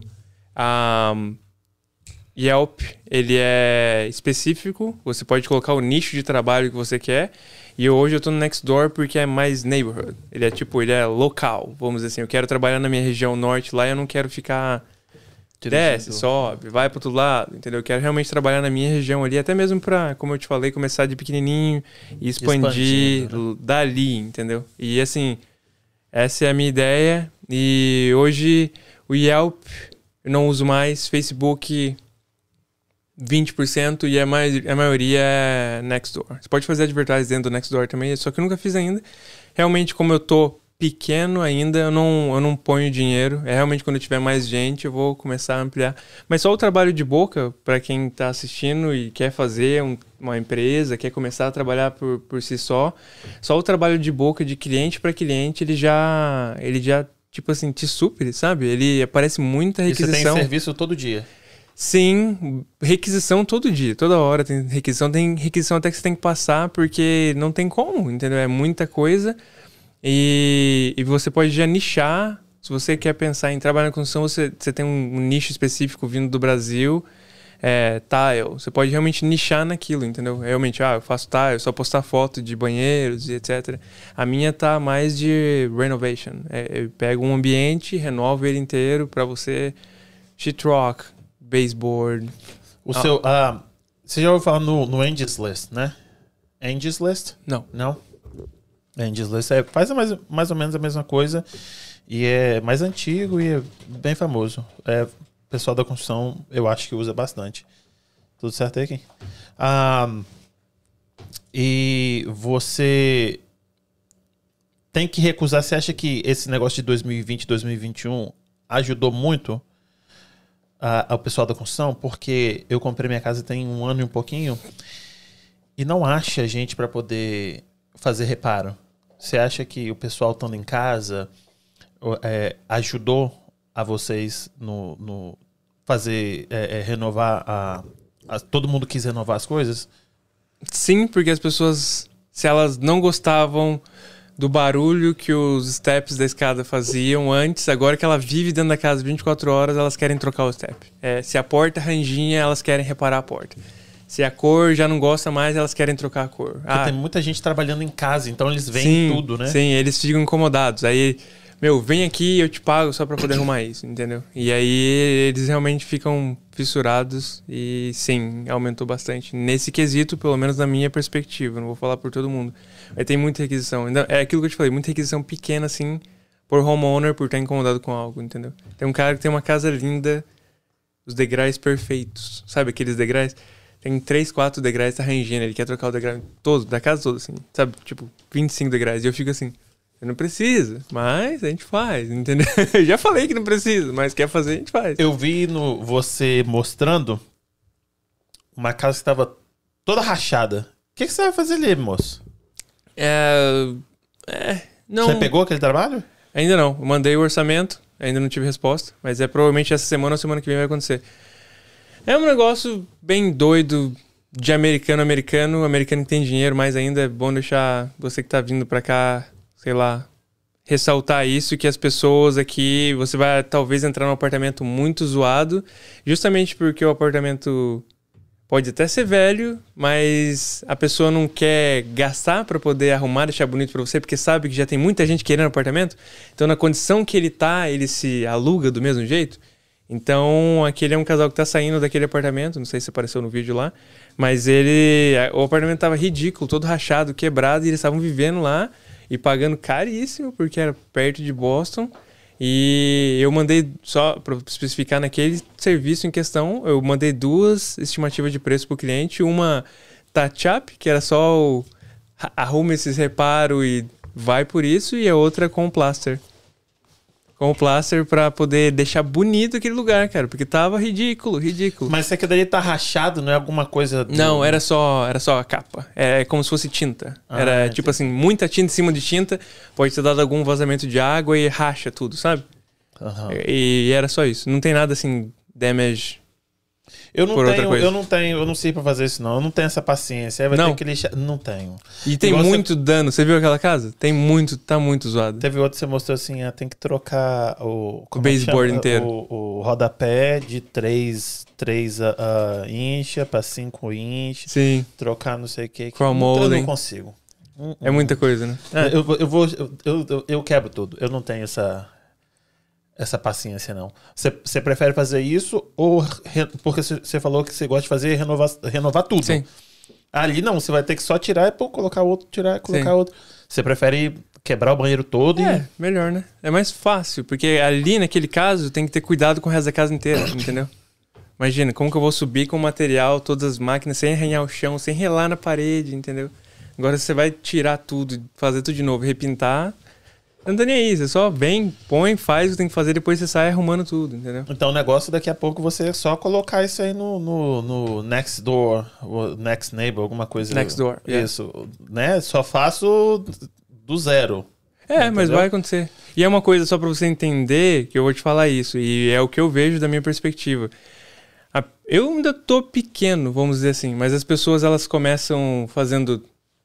Yelp, ele é específico, você pode colocar o nicho de trabalho que você quer. E hoje eu tô no Nextdoor porque é mais neighborhood. Ele é local, vamos dizer assim. Eu quero trabalhar na minha região norte lá, eu não quero ficar desce, sobe, vai pro outro lado, entendeu? Eu quero realmente trabalhar na minha região ali, até mesmo pra, como eu te falei, começar de pequenininho e expandir dali, entendeu? E assim, essa é a minha ideia. E hoje o Yelp eu não uso mais, Facebook 20% e a maioria é Nextdoor. Você pode fazer advertising dentro do Nextdoor também, só que eu nunca fiz ainda. Realmente, como eu tô pequeno ainda, eu não ponho dinheiro. É realmente quando eu tiver mais gente, eu vou começar a ampliar. Mas só o trabalho de boca, para quem tá assistindo e quer fazer uma empresa, quer começar a trabalhar por si só o trabalho de boca de cliente para cliente, ele já tipo assim, te supre, sabe? Ele aparece muita requisição. E você tem serviço todo dia? Sim, requisição todo dia, toda hora tem requisição até que você tem que passar, porque não tem como, entendeu? É muita coisa e você pode já nichar. Se você quer pensar em trabalhar na construção, você tem um nicho específico vindo do Brasil, tile, você pode realmente nichar naquilo, entendeu? Realmente, eu faço tile, só postar foto de banheiros e etc. A minha tá mais de renovation, eu pego um ambiente, renovo ele inteiro para você, sheetrock, baseboard. Você já ouviu falar no Angie's List, né? Angie's List? Não. Não? Angie's List faz mais ou menos a mesma coisa e é mais antigo e é bem famoso. O pessoal da construção, eu acho que usa bastante. Tudo certo aí, Kim? E você tem que recusar. Você acha que esse negócio de 2020, 2021 ajudou muito ao pessoal da construção? Porque eu comprei minha casa tem 1 ano e um pouquinho e não acha gente para poder fazer reparo. Você acha que o pessoal estando em casa ajudou a vocês no fazer renovar todo mundo quis renovar as coisas? Sim, porque as pessoas, se elas não gostavam do barulho que os steps da escada faziam antes, agora que ela vive dentro da casa 24 horas, elas querem trocar o step. Se a porta ranginha, elas querem reparar a porta. Se a cor já não gosta mais, elas querem trocar a cor. Porque tem muita gente trabalhando em casa, então eles veem tudo, né? Sim, eles ficam incomodados. Aí, vem aqui, eu te pago só pra poder arrumar isso, entendeu? E aí eles realmente ficam fissurados e sim, aumentou bastante. Nesse quesito, pelo menos na minha perspectiva, não vou falar por todo mundo. Mas tem muita requisição. É aquilo que eu te falei, muita requisição pequena, assim, por homeowner, por estar incomodado com algo, entendeu? Tem um cara que tem uma casa linda, os degraus perfeitos. Sabe aqueles degraus? Tem 3, 4 degraus, tá rangindo, ele quer trocar o degrau todo, da casa toda, assim. Sabe, tipo, 25 degraus. E eu fico assim, eu não preciso, mas a gente faz, entendeu? Eu já falei que não precisa, mas quer fazer, a gente faz. Eu vi você mostrando uma casa que estava toda rachada. O que você vai fazer ali, moço? Não. Você pegou aquele trabalho? Ainda não. Eu mandei o orçamento, ainda não tive resposta, mas provavelmente essa semana ou semana que vem vai acontecer. É um negócio bem doido de americano que tem dinheiro, mas ainda é bom deixar você que tá vindo pra cá, sei lá, ressaltar isso, que as pessoas aqui, você vai talvez entrar num apartamento muito zoado, justamente porque o apartamento pode até ser velho, mas a pessoa não quer gastar pra poder arrumar, deixar bonito pra você, porque sabe que já tem muita gente querendo apartamento, então na condição que ele tá, ele se aluga do mesmo jeito. Então, aquele é um casal que tá saindo daquele apartamento, não sei se apareceu no vídeo lá, mas o apartamento tava ridículo, todo rachado, quebrado, e eles estavam vivendo lá e pagando caríssimo, porque era perto de Boston. E eu mandei, só para especificar naquele serviço em questão, eu mandei 2 estimativas de preço pro cliente, uma touch-up, que era só arruma esses reparos e vai por isso, e a outra com plaster. Com o plaster pra poder deixar bonito aquele lugar, cara. Porque tava ridículo. Mas isso aqui daí tá rachado, não é alguma coisa... Não, era só a capa. É como se fosse tinta. Era tipo assim, muita tinta em cima de tinta. Pode ter dado algum vazamento de água e racha tudo, sabe? Uhum. E era só isso. Não tem nada assim, damage... Eu não sei pra fazer isso, não. Eu não tenho essa paciência. Aí vai ter que lixar. Não tenho. E tem muito dano. Você viu aquela casa? Tá muito zoado. Teve outro que você mostrou assim, tem que trocar o baseboard inteiro. O rodapé de 3 inch pra 5 inch. Sim. Trocar não sei o que. Chrome molding. Eu não consigo. É muita coisa, né? Eu quebro tudo. Eu não tenho essa paciência, não. Você prefere fazer isso ou... Porque você falou que você gosta de fazer renovar tudo. Sim. Ali não, você vai ter que só tirar e colocar outro, tirar e colocar outro. Você prefere quebrar o banheiro todo melhor, né? É mais fácil, porque ali, naquele caso, tem que ter cuidado com o resto da casa inteira, entendeu? Imagina, como que eu vou subir com o material, todas as máquinas, sem arranhar o chão, sem relar na parede, entendeu? Agora você vai tirar tudo, fazer tudo de novo, repintar... Não tá nem aí, você só vem, põe, faz o que tem que fazer, depois você sai arrumando tudo, entendeu? Então o negócio daqui a pouco você só colocar isso aí no Next Door, ou Next Neighbor, alguma coisa. Next Door, isso, né? Só faço do zero. Entendeu? Mas vai acontecer. E é uma coisa só pra você entender que eu vou te falar isso, e é o que eu vejo da minha perspectiva. Eu ainda tô pequeno, vamos dizer assim, mas as pessoas elas começam fazendo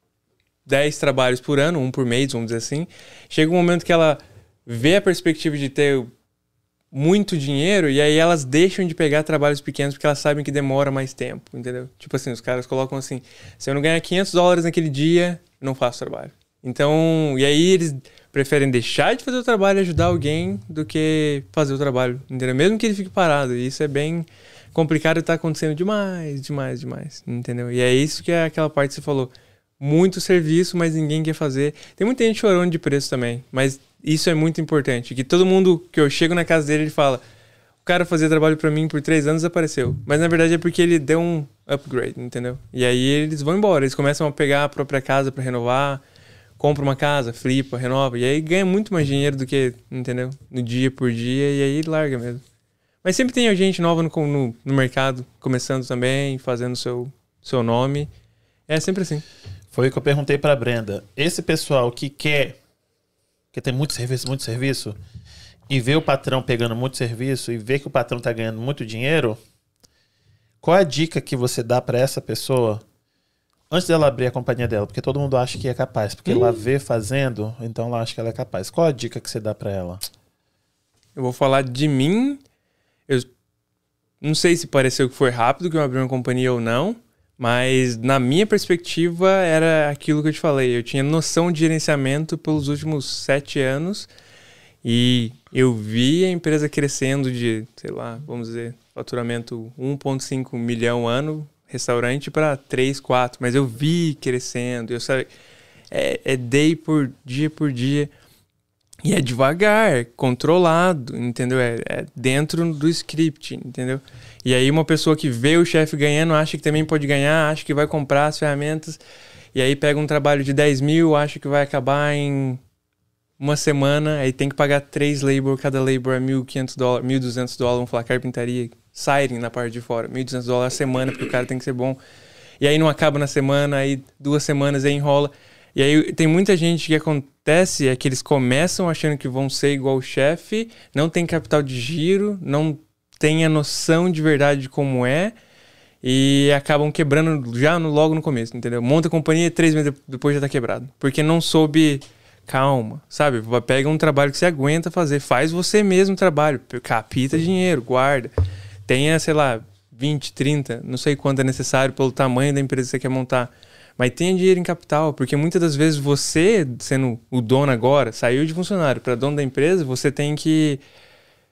10 trabalhos por ano, um por mês, vamos dizer assim. Chega um momento que ela vê a perspectiva de ter muito dinheiro e aí elas deixam de pegar trabalhos pequenos porque elas sabem que demora mais tempo, entendeu? Tipo assim, os caras colocam assim, se eu não ganhar $500 naquele dia, eu não faço trabalho. Então, e aí eles preferem deixar de fazer o trabalho e ajudar alguém do que fazer o trabalho, entendeu? Mesmo que ele fique parado. E isso é bem complicado e tá acontecendo demais, entendeu? E é isso que é aquela parte que você falou. Muito serviço, mas ninguém quer fazer. Tem muita gente chorando de preço também, mas isso é muito importante. Que todo mundo que eu chego na casa dele, ele fala, o cara fazia trabalho pra mim por 3 anos desapareceu. Mas na verdade é porque ele deu um upgrade, entendeu? E aí eles vão embora, eles começam a pegar a própria casa pra renovar, compra uma casa, flipa, renova, e aí ganha muito mais dinheiro do que, entendeu? No dia por dia, e aí larga mesmo. Mas sempre tem gente nova no mercado, começando também, fazendo seu nome. É sempre assim. Foi o que eu perguntei pra Brenda. Esse pessoal que tem muito serviço, e vê o patrão pegando muito serviço, e vê que o patrão tá ganhando muito dinheiro, qual é a dica que você dá pra essa pessoa antes dela abrir a companhia dela? Porque todo mundo acha que é capaz. Porque ela vê fazendo, então ela acha que ela é capaz. Qual a dica que você dá pra ela? Eu vou falar de mim. Eu não sei se pareceu que foi rápido que eu abri uma companhia ou não. Mas, na minha perspectiva, era aquilo que eu te falei. Eu tinha noção de gerenciamento pelos últimos 7 anos. E eu vi a empresa crescendo de, sei lá, vamos dizer, faturamento 1,5 milhão ano, restaurante, para 3, 4. Mas eu vi crescendo. Eu sabia, é day por dia. E é devagar, controlado, entendeu? É dentro do script, entendeu? E aí uma pessoa que vê o chefe ganhando, acha que também pode ganhar, acha que vai comprar as ferramentas, e aí pega um trabalho de 10 mil, acha que vai acabar em uma semana, aí tem que pagar 3 labor, cada labor é $1.500, $1.200, vamos falar, carpintaria, siding na parte de fora, $1.200 a semana, porque o cara tem que ser bom. E aí não acaba na semana, aí 2 semanas, aí enrola. E aí tem muita gente que acontece é que eles começam achando que vão ser igual o chefe, não tem capital de giro, não tem a noção de verdade de como é e acabam quebrando já logo no começo, entendeu? Monta a companhia e 3 meses depois já tá quebrado. Porque não soube, calma, sabe? Pega um trabalho que você aguenta fazer, faz você mesmo o trabalho, capita dinheiro, guarda. Tenha, sei lá, 20, 30, não sei quanto é necessário pelo tamanho da empresa que você quer montar. Mas tenha dinheiro em capital, porque muitas das vezes você, sendo o dono agora, saiu de funcionário para dono da empresa, você tem que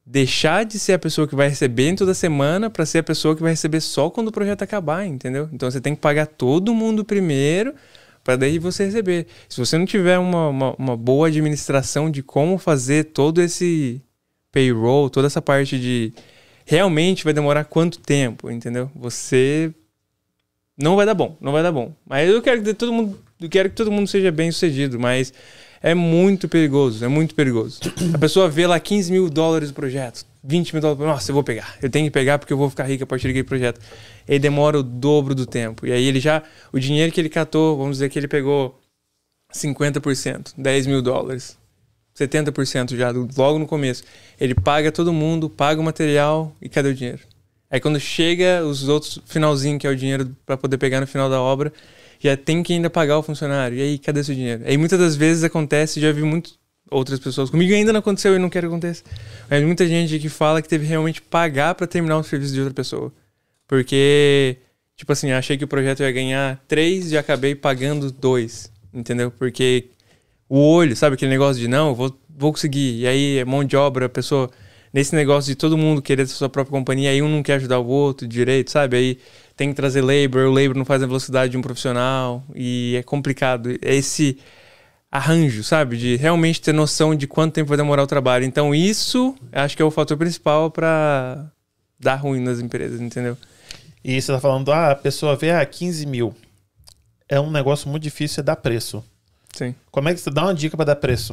deixar de ser a pessoa que vai receber em toda semana para ser a pessoa que vai receber só quando o projeto acabar, entendeu? Então você tem que pagar todo mundo primeiro para daí você receber. Se você não tiver uma boa administração de como fazer todo esse payroll, toda essa parte de realmente vai demorar quanto tempo, entendeu? Você não vai dar bom, não vai dar bom. Mas eu quero que todo mundo seja bem sucedido, mas é muito perigoso, é muito perigoso. A pessoa vê lá $15 mil o projeto, $20 mil, nossa, eu vou pegar. Eu tenho que pegar porque eu vou ficar rico a partir daquele projeto. Ele demora o dobro do tempo. E aí ele já, o dinheiro que ele catou, vamos dizer que ele pegou 50%, $10 mil, 70% já, logo no começo. Ele paga todo mundo, paga o material e cadê o dinheiro? Aí quando chega os outros, finalzinho, que é o dinheiro para poder pegar no final da obra, já tem que ainda pagar o funcionário. E aí, cadê seu dinheiro? Aí muitas das vezes acontece, já vi outras pessoas, comigo ainda não aconteceu e não quero que aconteça, mas muita gente que fala que teve realmente pagar para terminar o serviço de outra pessoa. Porque, tipo assim, achei que o projeto ia ganhar 3 e acabei pagando 2, entendeu? Porque o olho, sabe aquele negócio de não, vou conseguir. E aí é mão de obra, a pessoa, nesse negócio de todo mundo querer ter sua própria companhia, aí um não quer ajudar o outro direito, sabe? Aí tem que trazer labor, o labor não faz a velocidade de um profissional e é complicado. É esse arranjo, sabe? De realmente ter noção de quanto tempo vai demorar o trabalho. Então isso, acho que é o fator principal para dar ruim nas empresas, entendeu? E você tá falando, a pessoa vê, 15 mil. É um negócio muito difícil, é dar preço. Sim. Como é que você dá uma dica para dar preço?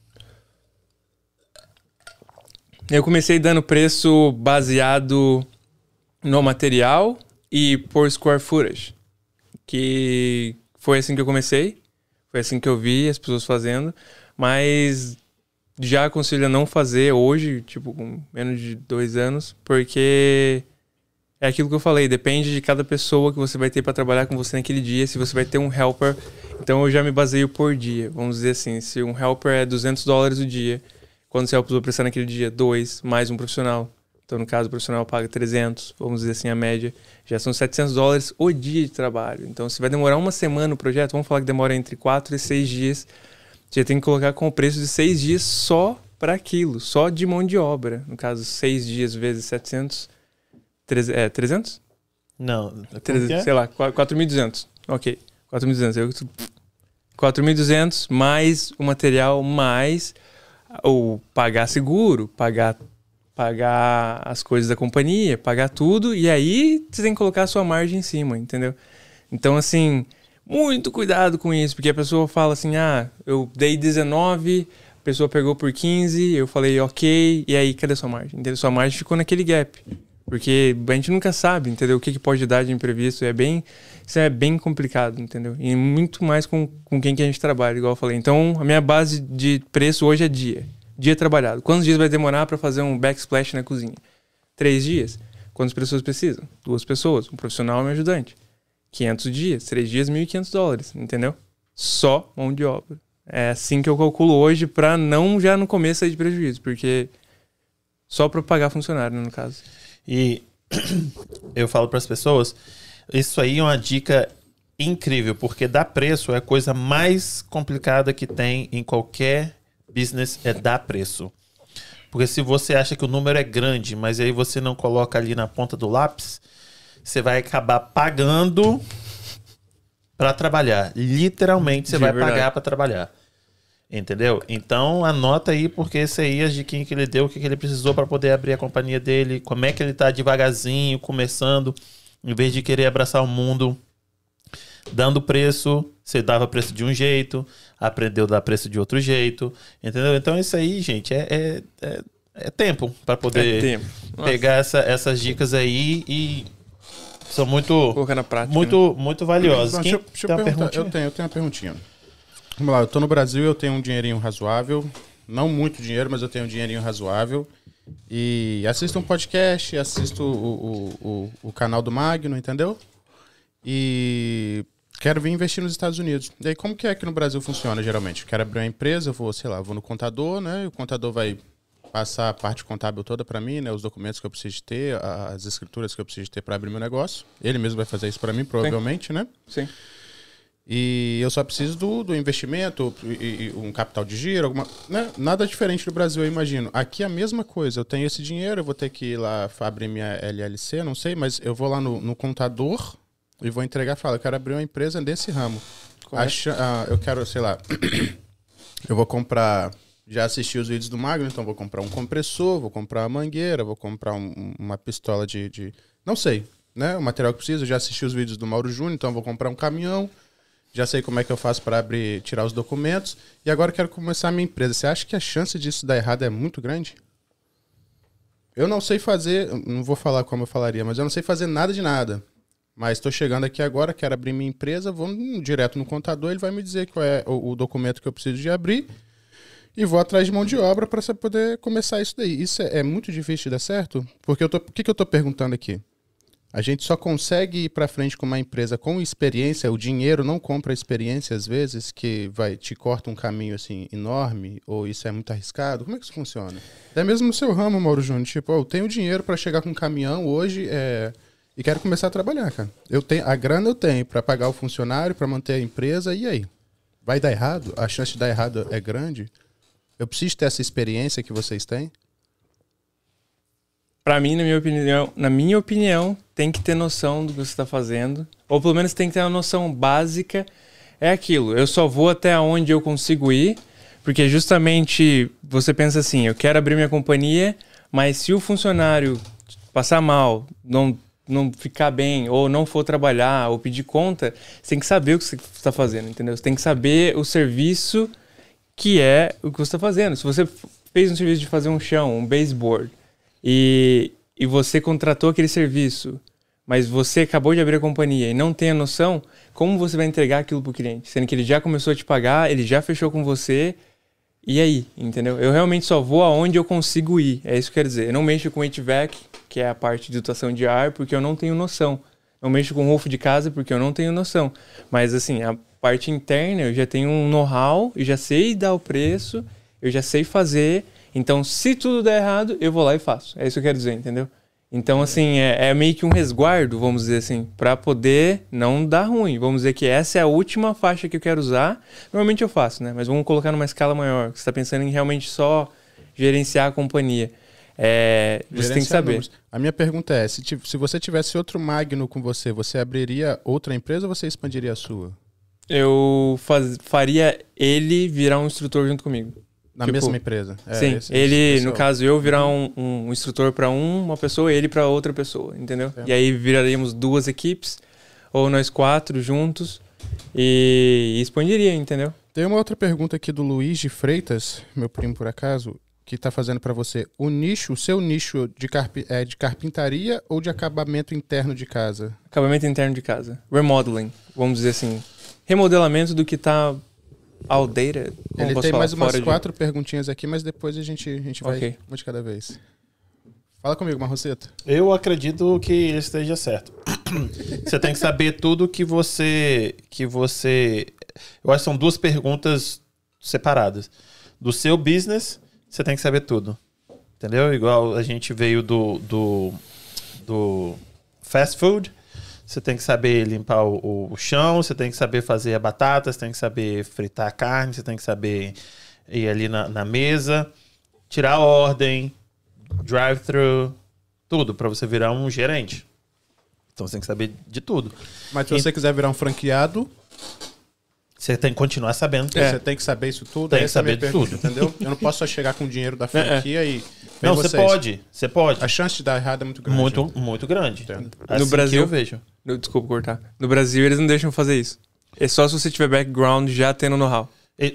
Eu comecei dando preço baseado no material e por square footage, que foi assim que eu comecei, foi assim que eu vi as pessoas fazendo, mas já aconselho a não fazer hoje, tipo, com menos de 2 anos, porque é aquilo que eu falei, depende de cada pessoa que você vai ter para trabalhar com você naquele dia, se você vai ter um helper, então eu já me baseio por dia, vamos dizer assim, se um helper é $200 o dia, quando você vai prestar naquele dia, 2, mais um profissional. Então, no caso, o profissional paga 300, vamos dizer assim, a média. Já são $700 o dia de trabalho. Então, se vai demorar uma semana o projeto, vamos falar que demora entre 4 e 6 dias, você já tem que colocar com o preço de 6 dias só para aquilo, só de mão de obra. No caso, 6 dias vezes 700, 300? Não, sei lá, 4.200. Ok, 4.200. 4.200 mais o material, mais ou pagar seguro, pagar as coisas da companhia, pagar tudo, e aí você tem que colocar a sua margem em cima, entendeu? Então, assim, muito cuidado com isso, porque a pessoa fala assim, eu dei 19, a pessoa pegou por 15, eu falei ok, e aí cadê a sua margem? Entendeu? Sua margem ficou naquele gap, porque a gente nunca sabe, entendeu? O que pode dar de imprevisto, isso é bem complicado, entendeu? E muito mais com quem que a gente trabalha, igual eu falei. Então, a minha base de preço hoje é dia trabalhado. Quantos dias vai demorar para fazer um backsplash na cozinha? 3 dias. Quantas pessoas precisam? 2 pessoas. Um profissional e um ajudante. 500 dias. 3 dias, $1.500. Entendeu? Só mão de obra. É assim que eu calculo hoje para não já no começo sair de prejuízo. Porque só para pagar funcionário, né, no caso. E eu falo para as pessoas, isso aí é uma dica incrível, porque dar preço é a coisa mais complicada que tem em qualquer business, é dar preço. Porque se você acha que o número é grande, mas aí você não coloca ali na ponta do lápis, você vai acabar pagando para trabalhar. Literalmente você vai pagar para trabalhar. Entendeu? Então anota aí, porque esse aí é as diquinhas que ele deu, o que ele precisou para poder abrir a companhia dele, como é que ele tá devagarzinho, começando, em vez de querer abraçar o mundo dando preço. Você dava preço de um jeito, aprendeu a dar preço de outro jeito, entendeu? Então isso aí, gente, é tempo para poder pegar essas dicas aí, e são muito, na prática, muito valiosas. Deixa eu perguntar, eu tenho uma perguntinha. Vamos lá, eu tô no Brasil, eu tenho um dinheirinho razoável, não muito dinheiro, mas eu tenho um dinheirinho razoável, e assisto um podcast, assisto o canal do Magno, entendeu? E quero vir investir nos Estados Unidos. E aí, como que é que no Brasil funciona, geralmente? Eu quero abrir uma empresa, eu vou no contador, né? E o contador vai passar a parte contábil toda para mim, né? Os documentos que eu preciso ter, as escrituras que eu preciso ter para abrir meu negócio. Ele mesmo vai fazer isso para mim, provavelmente, né? Sim. E eu só preciso do investimento e um capital de giro, né? Nada diferente do Brasil, eu imagino. Aqui é a mesma coisa, eu tenho esse dinheiro, eu vou ter que ir lá abrir minha LLC, não sei, mas eu vou lá no contador e vou entregar e falar, eu quero abrir uma empresa nesse ramo. Eu quero, sei lá, eu vou comprar, já assisti os vídeos do Magno, então vou comprar um compressor, vou comprar uma mangueira, vou comprar uma pistola não sei, né? O material que preciso, já assisti os vídeos do Mauro Júnior, então vou comprar um caminhão. Já sei como é que eu faço para tirar os documentos. E agora eu quero começar a minha empresa. Você acha que a chance disso dar errado é muito grande? Eu não sei fazer, não vou falar como eu falaria, mas eu não sei fazer nada de nada. Mas estou chegando aqui agora, quero abrir minha empresa, vou direto no contador, ele vai me dizer qual é o documento que eu preciso de abrir e vou atrás de mão de obra para poder começar isso daí. Isso é muito difícil de dar certo? Porque por que eu estou perguntando aqui? A gente só consegue ir para frente com uma empresa com experiência, o dinheiro não compra experiência às vezes, que te corta um caminho assim enorme, ou isso é muito arriscado. Como é que isso funciona? Até mesmo no seu ramo, Mauro Júnior, tipo, eu tenho dinheiro para chegar com um caminhão hoje e quero começar a trabalhar, cara. A grana eu tenho para pagar o funcionário, para manter a empresa, e aí? Vai dar errado? A chance de dar errado é grande? Eu preciso ter essa experiência que vocês têm? Pra mim, na minha opinião, tem que ter noção do que você está fazendo. Ou pelo menos tem que ter uma noção básica. É aquilo, eu só vou até onde eu consigo ir. Porque justamente você pensa assim, eu quero abrir minha companhia, mas se o funcionário passar mal, não ficar bem, ou não for trabalhar, ou pedir conta, você tem que saber o que você está fazendo, entendeu? Você tem que saber o serviço que é o que você está fazendo. Se você fez um serviço de fazer um chão, um baseboard, e você contratou aquele serviço, mas você acabou de abrir a companhia e não tem a noção, como você vai entregar aquilo para o cliente? Sendo que ele já começou a te pagar, ele já fechou com você, e aí, entendeu? Eu realmente só vou aonde eu consigo ir, é isso que eu quero dizer. Eu não mexo com HVAC, que é a parte de dotação de ar, porque eu não tenho noção. Não mexo com roof de casa, porque eu não tenho noção. Mas assim, a parte interna, eu já tenho um know-how, eu já sei dar o preço, eu já sei fazer. Então, se tudo der errado, eu vou lá e faço. É isso que eu quero dizer, entendeu? Então, assim, é meio que um resguardo, vamos dizer assim, para poder não dar ruim. Vamos dizer que essa é a última faixa que eu quero usar. Normalmente eu faço, né? Mas vamos colocar numa escala maior. Você está pensando em realmente só gerenciar a companhia. Você tem que saber. Números. A minha pergunta é, se você tivesse outro Magno com você, você abriria outra empresa ou você expandiria a sua? Eu faria ele virar um instrutor junto comigo. Na mesma empresa? Sim, no caso, eu virar um instrutor para uma pessoa e ele para outra pessoa, entendeu? É. E aí viraríamos 2 equipes, ou nós 4 juntos, e expandiria, entendeu? Tem uma outra pergunta aqui do Luiz de Freitas, meu primo por acaso, que está fazendo para você. O seu nicho é de carpintaria ou de acabamento interno de casa? Acabamento interno de casa. Remodeling, vamos dizer assim. Remodelamento do que está outdated. Ele tem mais umas 4 perguntinhas aqui, mas depois a gente vai uma de cada vez. Fala comigo, Marroceto. Eu acredito que ele esteja certo. Você tem que saber tudo que você... Eu acho que são 2 perguntas separadas. Do seu business, você tem que saber tudo. Entendeu? Igual a gente veio do fast food. Você tem que saber limpar o chão, você tem que saber fazer a batata, você tem que saber fritar a carne, você tem que saber ir ali na mesa, tirar a ordem, drive-thru, tudo, para você virar um gerente. Então você tem que saber de tudo. Mas se você quiser virar um franqueado... Você tem que continuar sabendo. Você tem que saber isso tudo. Tem que saber de tudo. Entendeu? Eu não posso só chegar com o dinheiro da franquia e... Não, você pode. A chance de dar errado é muito grande. Muito grande. Assim no Brasil, eu vejo. Desculpa cortar. No Brasil, eles não deixam fazer isso. É só se você tiver background já tendo know-how.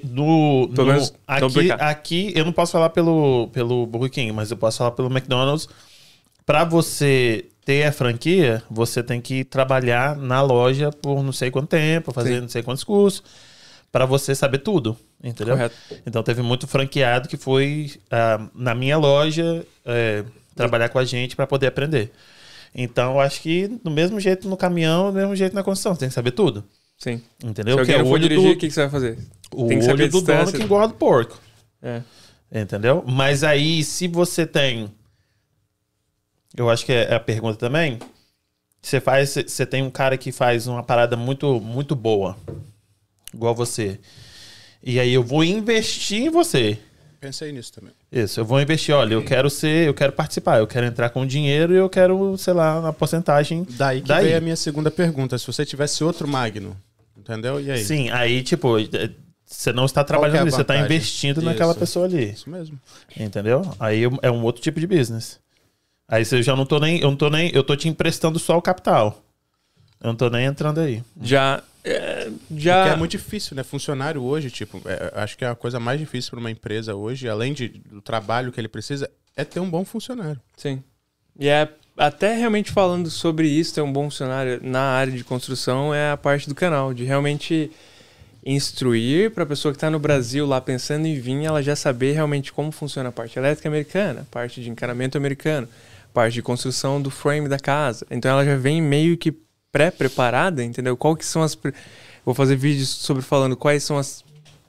Aqui, eu não posso falar pelo Burger King, mas eu posso falar pelo McDonald's. Para você ter a franquia, você tem que trabalhar na loja por não sei quanto tempo, fazer não sei quantos cursos, para você saber tudo, entendeu? Correto. Então teve muito franqueado que foi na minha loja trabalhar com a gente para poder aprender. Então eu acho que do mesmo jeito no caminhão, do mesmo jeito na construção, você tem que saber tudo. Sim. Entendeu? Se alguém for dirigir, o que você vai fazer? Tem que saber olho do dono que engorda o porco. Entendeu? Mas aí, se você tem... Eu acho que é a pergunta também. Você tem um cara que faz uma parada muito, muito boa. igual você. E aí eu vou investir em você. Pensei nisso também. Isso, eu vou investir, olha, eu quero participar, eu quero entrar com dinheiro e eu quero, sei lá, uma porcentagem. Daí que veio a minha segunda pergunta, se você tivesse outro Magno, entendeu? E aí? Sim, aí tipo, você não está trabalhando ali, você está investindo naquela pessoa ali. Isso mesmo. Entendeu? Aí é um outro tipo de business. Aí você já eu tô te emprestando só o capital. Eu não tô nem entrando aí. Porque é muito difícil, né? Funcionário hoje, tipo, acho que é a coisa mais difícil para uma empresa hoje, além do trabalho que ele precisa, é ter um bom funcionário. Sim. E até realmente falando sobre isso, ter um bom funcionário na área de construção é a parte do canal, de realmente instruir para a pessoa que está no Brasil lá pensando em vir, ela já saber realmente como funciona a parte elétrica americana, a parte de encanamento americano, a parte de construção do frame da casa. Então ela já vem meio que pré-preparada, entendeu? Qual que são Vou fazer vídeos sobre falando quais são as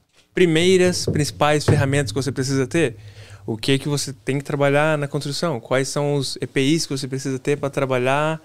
principais ferramentas que você precisa ter. O que você tem que trabalhar na construção? Quais são os EPIs que você precisa ter para trabalhar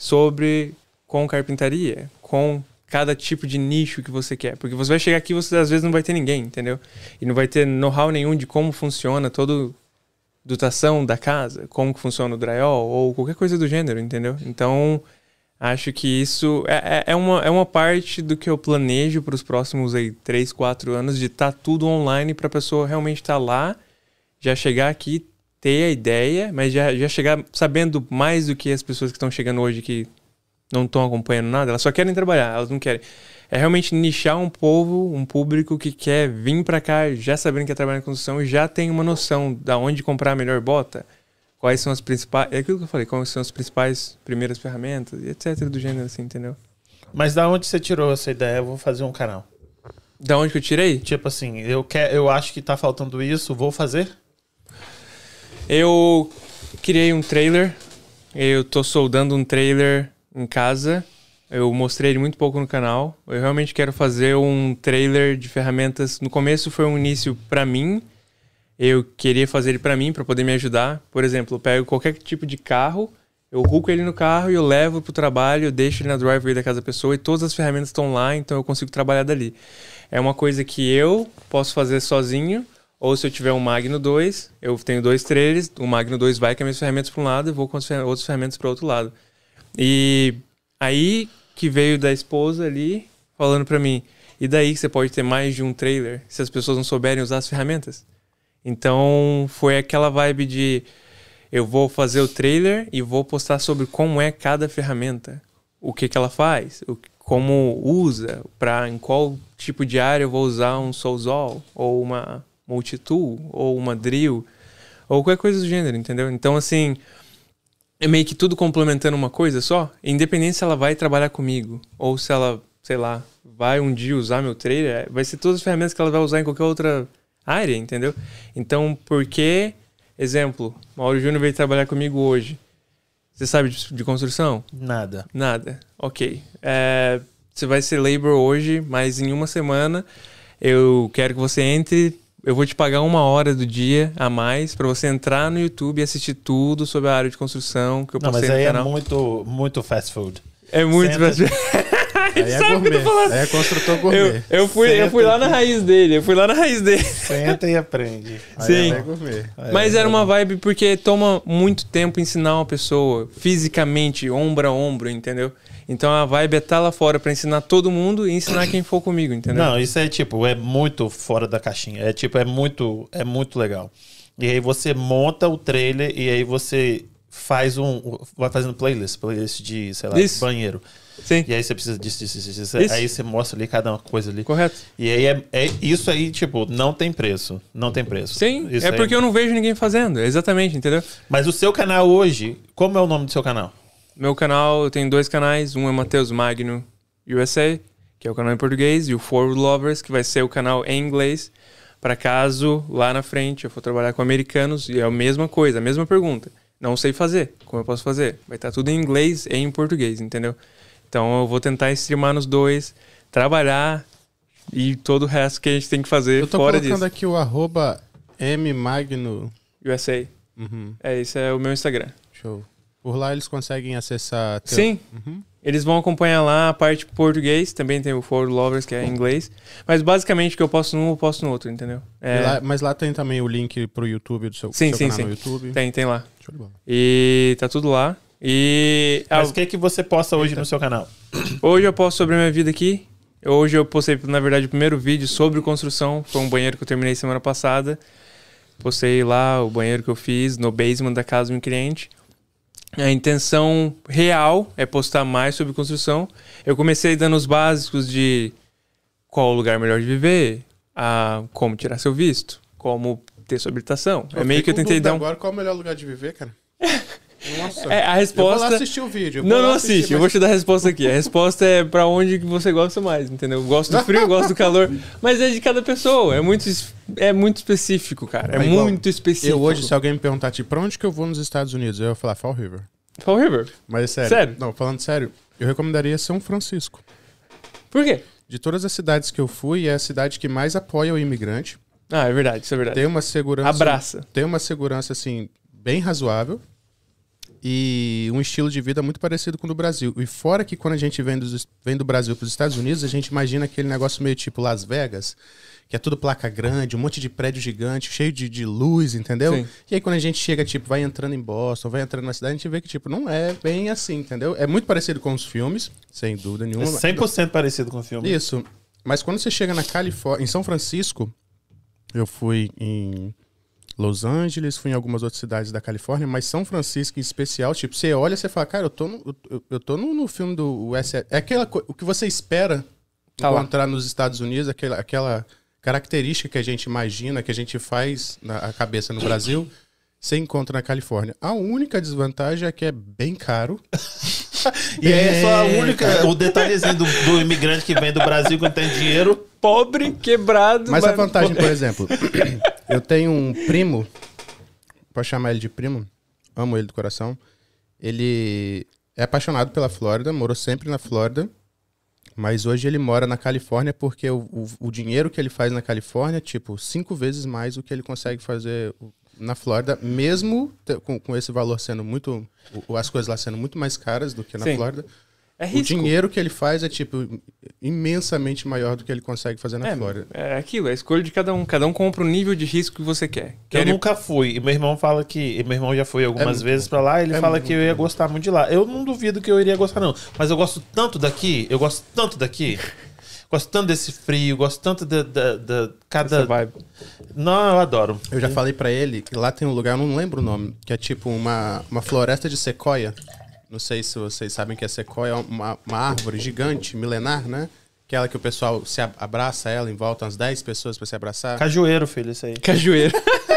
com carpintaria, com cada tipo de nicho que você quer. Porque você vai chegar aqui e você às vezes não vai ter ninguém, entendeu? E não vai ter know-how nenhum de como funciona toda dotação da casa, como que funciona o drywall ou qualquer coisa do gênero, entendeu? Então, acho que isso é uma parte do que eu planejo para os próximos 3, 4 anos, de estar tudo online para a pessoa realmente estar lá, já chegar aqui, ter a ideia, mas já chegar sabendo mais do que as pessoas que estão chegando hoje que não estão acompanhando nada, elas só querem trabalhar, elas não querem. É realmente nichar um público que quer vir para cá já sabendo que quer trabalhar na construção e já tem uma noção de onde comprar a melhor bota, quais são as principais... É aquilo que eu falei, quais são as principais primeiras ferramentas, etc. do gênero, assim, entendeu? Mas da onde você tirou essa ideia? Eu vou fazer um canal. Da onde que eu tirei? Tipo assim, eu acho que tá faltando isso, vou fazer? Eu criei um trailer, eu tô soldando um trailer em casa, eu mostrei ele muito pouco no canal. Eu realmente quero fazer um trailer de ferramentas. No começo foi um início para mim. Eu queria fazer ele para mim, para poder me ajudar. Por exemplo, eu pego qualquer tipo de carro, eu hooco ele no carro e eu levo pro trabalho, eu deixo ele na driveway da casa da pessoa e todas as ferramentas estão lá, então eu consigo trabalhar dali. É uma coisa que eu posso fazer sozinho, ou se eu tiver um Magno 2, eu tenho 2 trailers, o Magno 2 vai com as minhas ferramentas para um lado e vou com as outras ferramentas para o outro lado. E aí que veio da esposa ali, falando para mim, e daí que você pode ter mais de um trailer se as pessoas não souberem usar as ferramentas? Então foi aquela vibe de eu vou fazer o trailer e vou postar sobre como é cada ferramenta, o que ela faz, como usa, em qual tipo de área eu vou usar um Sawzall, ou uma multitool, ou uma drill, ou qualquer coisa do gênero, entendeu? Então assim, é meio que tudo complementando uma coisa só, independente se ela vai trabalhar comigo, ou se ela, sei lá, vai um dia usar meu trailer, vai ser todas as ferramentas que ela vai usar em qualquer outra área, entendeu? Então, exemplo, Mauro Júnior veio trabalhar comigo hoje. Você sabe de construção? Nada. Ok. Você vai ser labor hoje, mas em uma semana eu quero que você entre. Eu vou te pagar 1 hora do dia a mais para você entrar no YouTube e assistir tudo sobre a área de construção que eu postei no canal. Mas aí é muito fast food. É muito fast food. Aí é gourmet. Aí é construtor gourmet. Eu fui lá na raiz dele. Senta e aprende. Sim. Aí é gourmet. Mas era uma vibe porque toma muito tempo ensinar uma pessoa fisicamente, ombro a ombro, entendeu? Então a vibe é estar lá fora pra ensinar todo mundo e ensinar quem for comigo, entendeu? Não, isso é muito fora da caixinha. É muito legal. E aí você monta o trailer e aí você vai fazendo playlist de, sei lá, banheiro. Sim. E aí você precisa disso. Aí você mostra ali cada coisa ali. Correto. E aí isso aí, tipo, não tem preço. Não tem preço. Sim, isso porque eu não vejo ninguém fazendo. Exatamente, entendeu? Mas o seu canal hoje, como é o nome do seu canal? Meu canal, eu tenho 2 canais. Um é Matheus Magno USA, que é o canal em português, e o Forward Lovers, que vai ser o canal em inglês, para caso lá na frente eu for trabalhar com americanos, e é a mesma coisa, a mesma pergunta. Não sei fazer, como eu posso fazer? Vai estar tudo em inglês e em português, entendeu? Então eu vou tentar streamar nos 2, trabalhar e todo o resto que a gente tem que fazer fora disso. Eu tô colocando aqui o @mmagno USA. Uhum. Esse é o meu Instagram. Show. Por lá eles conseguem acessar... Sim. Eles vão acompanhar lá a parte português, também tem o For Lovers, que é em inglês. Mas basicamente o que eu posto num, eu posto no outro, entendeu? Mas lá tem também o link pro YouTube do seu canal no YouTube? Tem lá. Show de bola. E tá tudo lá. Mas o que você posta hoje no seu canal? Hoje eu posto sobre a minha vida aqui. Hoje eu postei, na verdade, o primeiro vídeo sobre construção. Foi um banheiro que eu terminei semana passada. Postei lá o banheiro que eu fiz no basement da casa do meu cliente. A intenção real é postar mais sobre construção. Eu comecei dando os básicos de qual o lugar melhor de viver, como tirar seu visto, como ter sua habilitação. É meio que eu tentei dar Agora, qual é o melhor lugar de viver, cara? Nossa. A resposta... Eu vou lá assistir o vídeo. Não assiste. Eu vou te dar a resposta aqui. A resposta é pra onde você gosta mais, entendeu? Eu gosto do frio, eu gosto do calor. Mas é de cada pessoa. É muito específico, cara. É muito específico. Eu hoje, se alguém me perguntar, tipo, pra onde que eu vou nos Estados Unidos? Eu vou falar Fall River. Fall River? Mas sério. Não, falando sério, eu recomendaria São Francisco. Por quê? De todas as cidades que eu fui, é a cidade que mais apoia o imigrante. É verdade, isso é verdade. Tem uma segurança... Abraça. Tem uma segurança, assim, bem razoável. E um estilo de vida muito parecido com o do Brasil. E fora que quando a gente vem do Brasil para os Estados Unidos, a gente imagina aquele negócio meio tipo Las Vegas, que é tudo placa grande, um monte de prédio gigante, cheio de luz, entendeu? Sim. E aí quando a gente chega, tipo, vai entrando em Boston, vai entrando na cidade, a gente vê que, tipo, não é bem assim, entendeu? É muito parecido com os filmes, sem dúvida nenhuma. É 100% parecido com o filme. Isso. Mas quando você chega na Califórnia, em São Francisco, eu fui em Los Angeles, fui em algumas outras cidades da Califórnia, mas São Francisco em especial, tipo, você olha e você fala, cara, eu tô no filme do US. É o que você espera encontrar nos Estados Unidos, aquela característica que a gente imagina, que a gente faz na cabeça no Brasil, você encontra na Califórnia. A única desvantagem é que é bem caro. E é só a única, o detalhezinho do imigrante que vem do Brasil quando tem dinheiro. Pobre, quebrado. Mas a vantagem, por exemplo, eu tenho um primo, posso chamar ele de primo, amo ele do coração. Ele é apaixonado pela Flórida, morou sempre na Flórida, mas hoje ele mora na Califórnia porque o dinheiro que ele faz na Califórnia, tipo, 5 vezes mais o que ele consegue fazer na Flórida, mesmo com esse valor sendo muito... As coisas lá sendo muito mais caras do que na Flórida. É risco. O dinheiro que ele faz é, tipo, imensamente maior do que ele consegue fazer na Flórida. É aquilo, é a escolha de cada um. Cada um compra o nível de risco que você quer. Eu nunca fui. E meu irmão fala que... Meu irmão já foi algumas vezes pra lá. Ele fala que eu ia gostar muito de lá. Eu não duvido que eu iria gostar, não. Mas eu gosto tanto daqui. Gosto tanto desse frio. Gosto tanto de cada... Essa vibe. Não, eu adoro. Eu já falei pra ele que lá tem um lugar, eu não lembro o nome, que é tipo uma floresta de sequoia. Não sei se vocês sabem que a sequoia é uma árvore gigante, milenar, né? Aquela que o pessoal se abraça ela em volta, umas 10 pessoas pra se abraçar. Cajueiro, filho, isso aí. Cajueiro.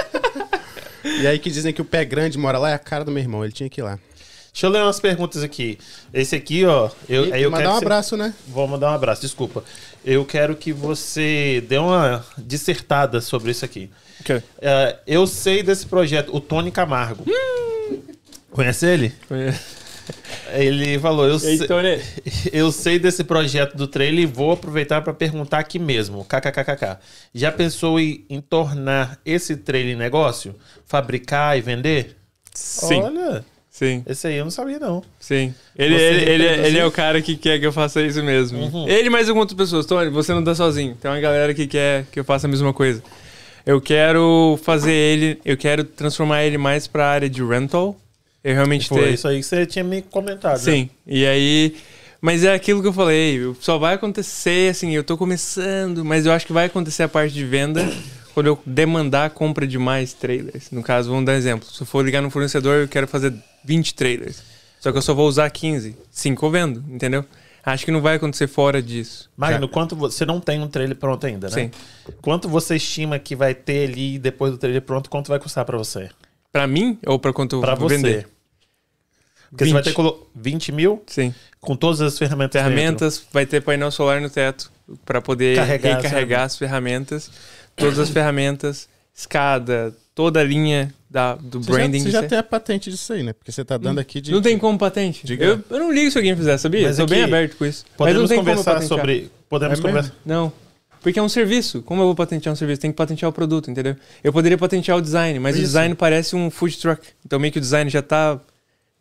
E aí que dizem que o pé grande mora lá, é a cara do meu irmão, ele tinha que ir lá. Deixa eu ler umas perguntas aqui. Esse aqui, ó... eu mandar um abraço, né? Vou mandar um abraço, desculpa. Eu quero que você dê uma dissertada sobre isso aqui. Okay. Eu sei desse projeto, o Tony Camargo. Conhece ele? Conheço. Ele falou, Tony. eu sei desse projeto do trailer e vou aproveitar para perguntar aqui mesmo. KKKKK. Já pensou em tornar esse trailer em negócio? Fabricar e vender? Sim. Olha, sim. Esse aí eu não sabia, não. Sim. Ele é o cara que quer que eu faça isso mesmo. Uhum. Ele e mais algumas outras pessoas. Tony, você não tá sozinho. Tem uma galera que quer que eu faça a mesma coisa. Eu quero transformar ele mais pra área de rental. Eu realmente Foi isso aí que você tinha me comentado. Sim, né? E aí... Mas é aquilo que eu falei, só vai acontecer, assim, eu tô começando, mas eu acho que vai acontecer a parte de venda quando eu demandar a compra de mais trailers. No caso, vamos dar um exemplo. Se eu for ligar no fornecedor, eu quero fazer 20 trailers. Só que eu só vou usar 15. 5 eu vendo, entendeu? Acho que não vai acontecer fora disso. Magno, quanto você não tem um trailer pronto ainda, né? Sim. Quanto você estima que vai ter ali depois do trailer pronto? Quanto vai custar pra você? Pra mim ou pra quanto eu vou vender? Porque 20. Você vai ter 20 mil? Sim. Com todas as ferramentas dentro. Vai ter painel solar no teto para poder recarregar as ferramentas. Todas as ferramentas, escada, toda a linha do branding. Você já tem a patente disso aí, né? Porque você tá dando aqui de... Não tem como patente. Eu não ligo se alguém fizer, sabia? Mas eu tô bem aberto com isso. Podemos mas não tem conversar como sobre... Podemos conversar... Não. Porque é um serviço. Como eu vou patentear um serviço? Tem que patentear o produto, entendeu? Eu poderia patentear o design, mas o design parece um food truck. Então meio que o design já tá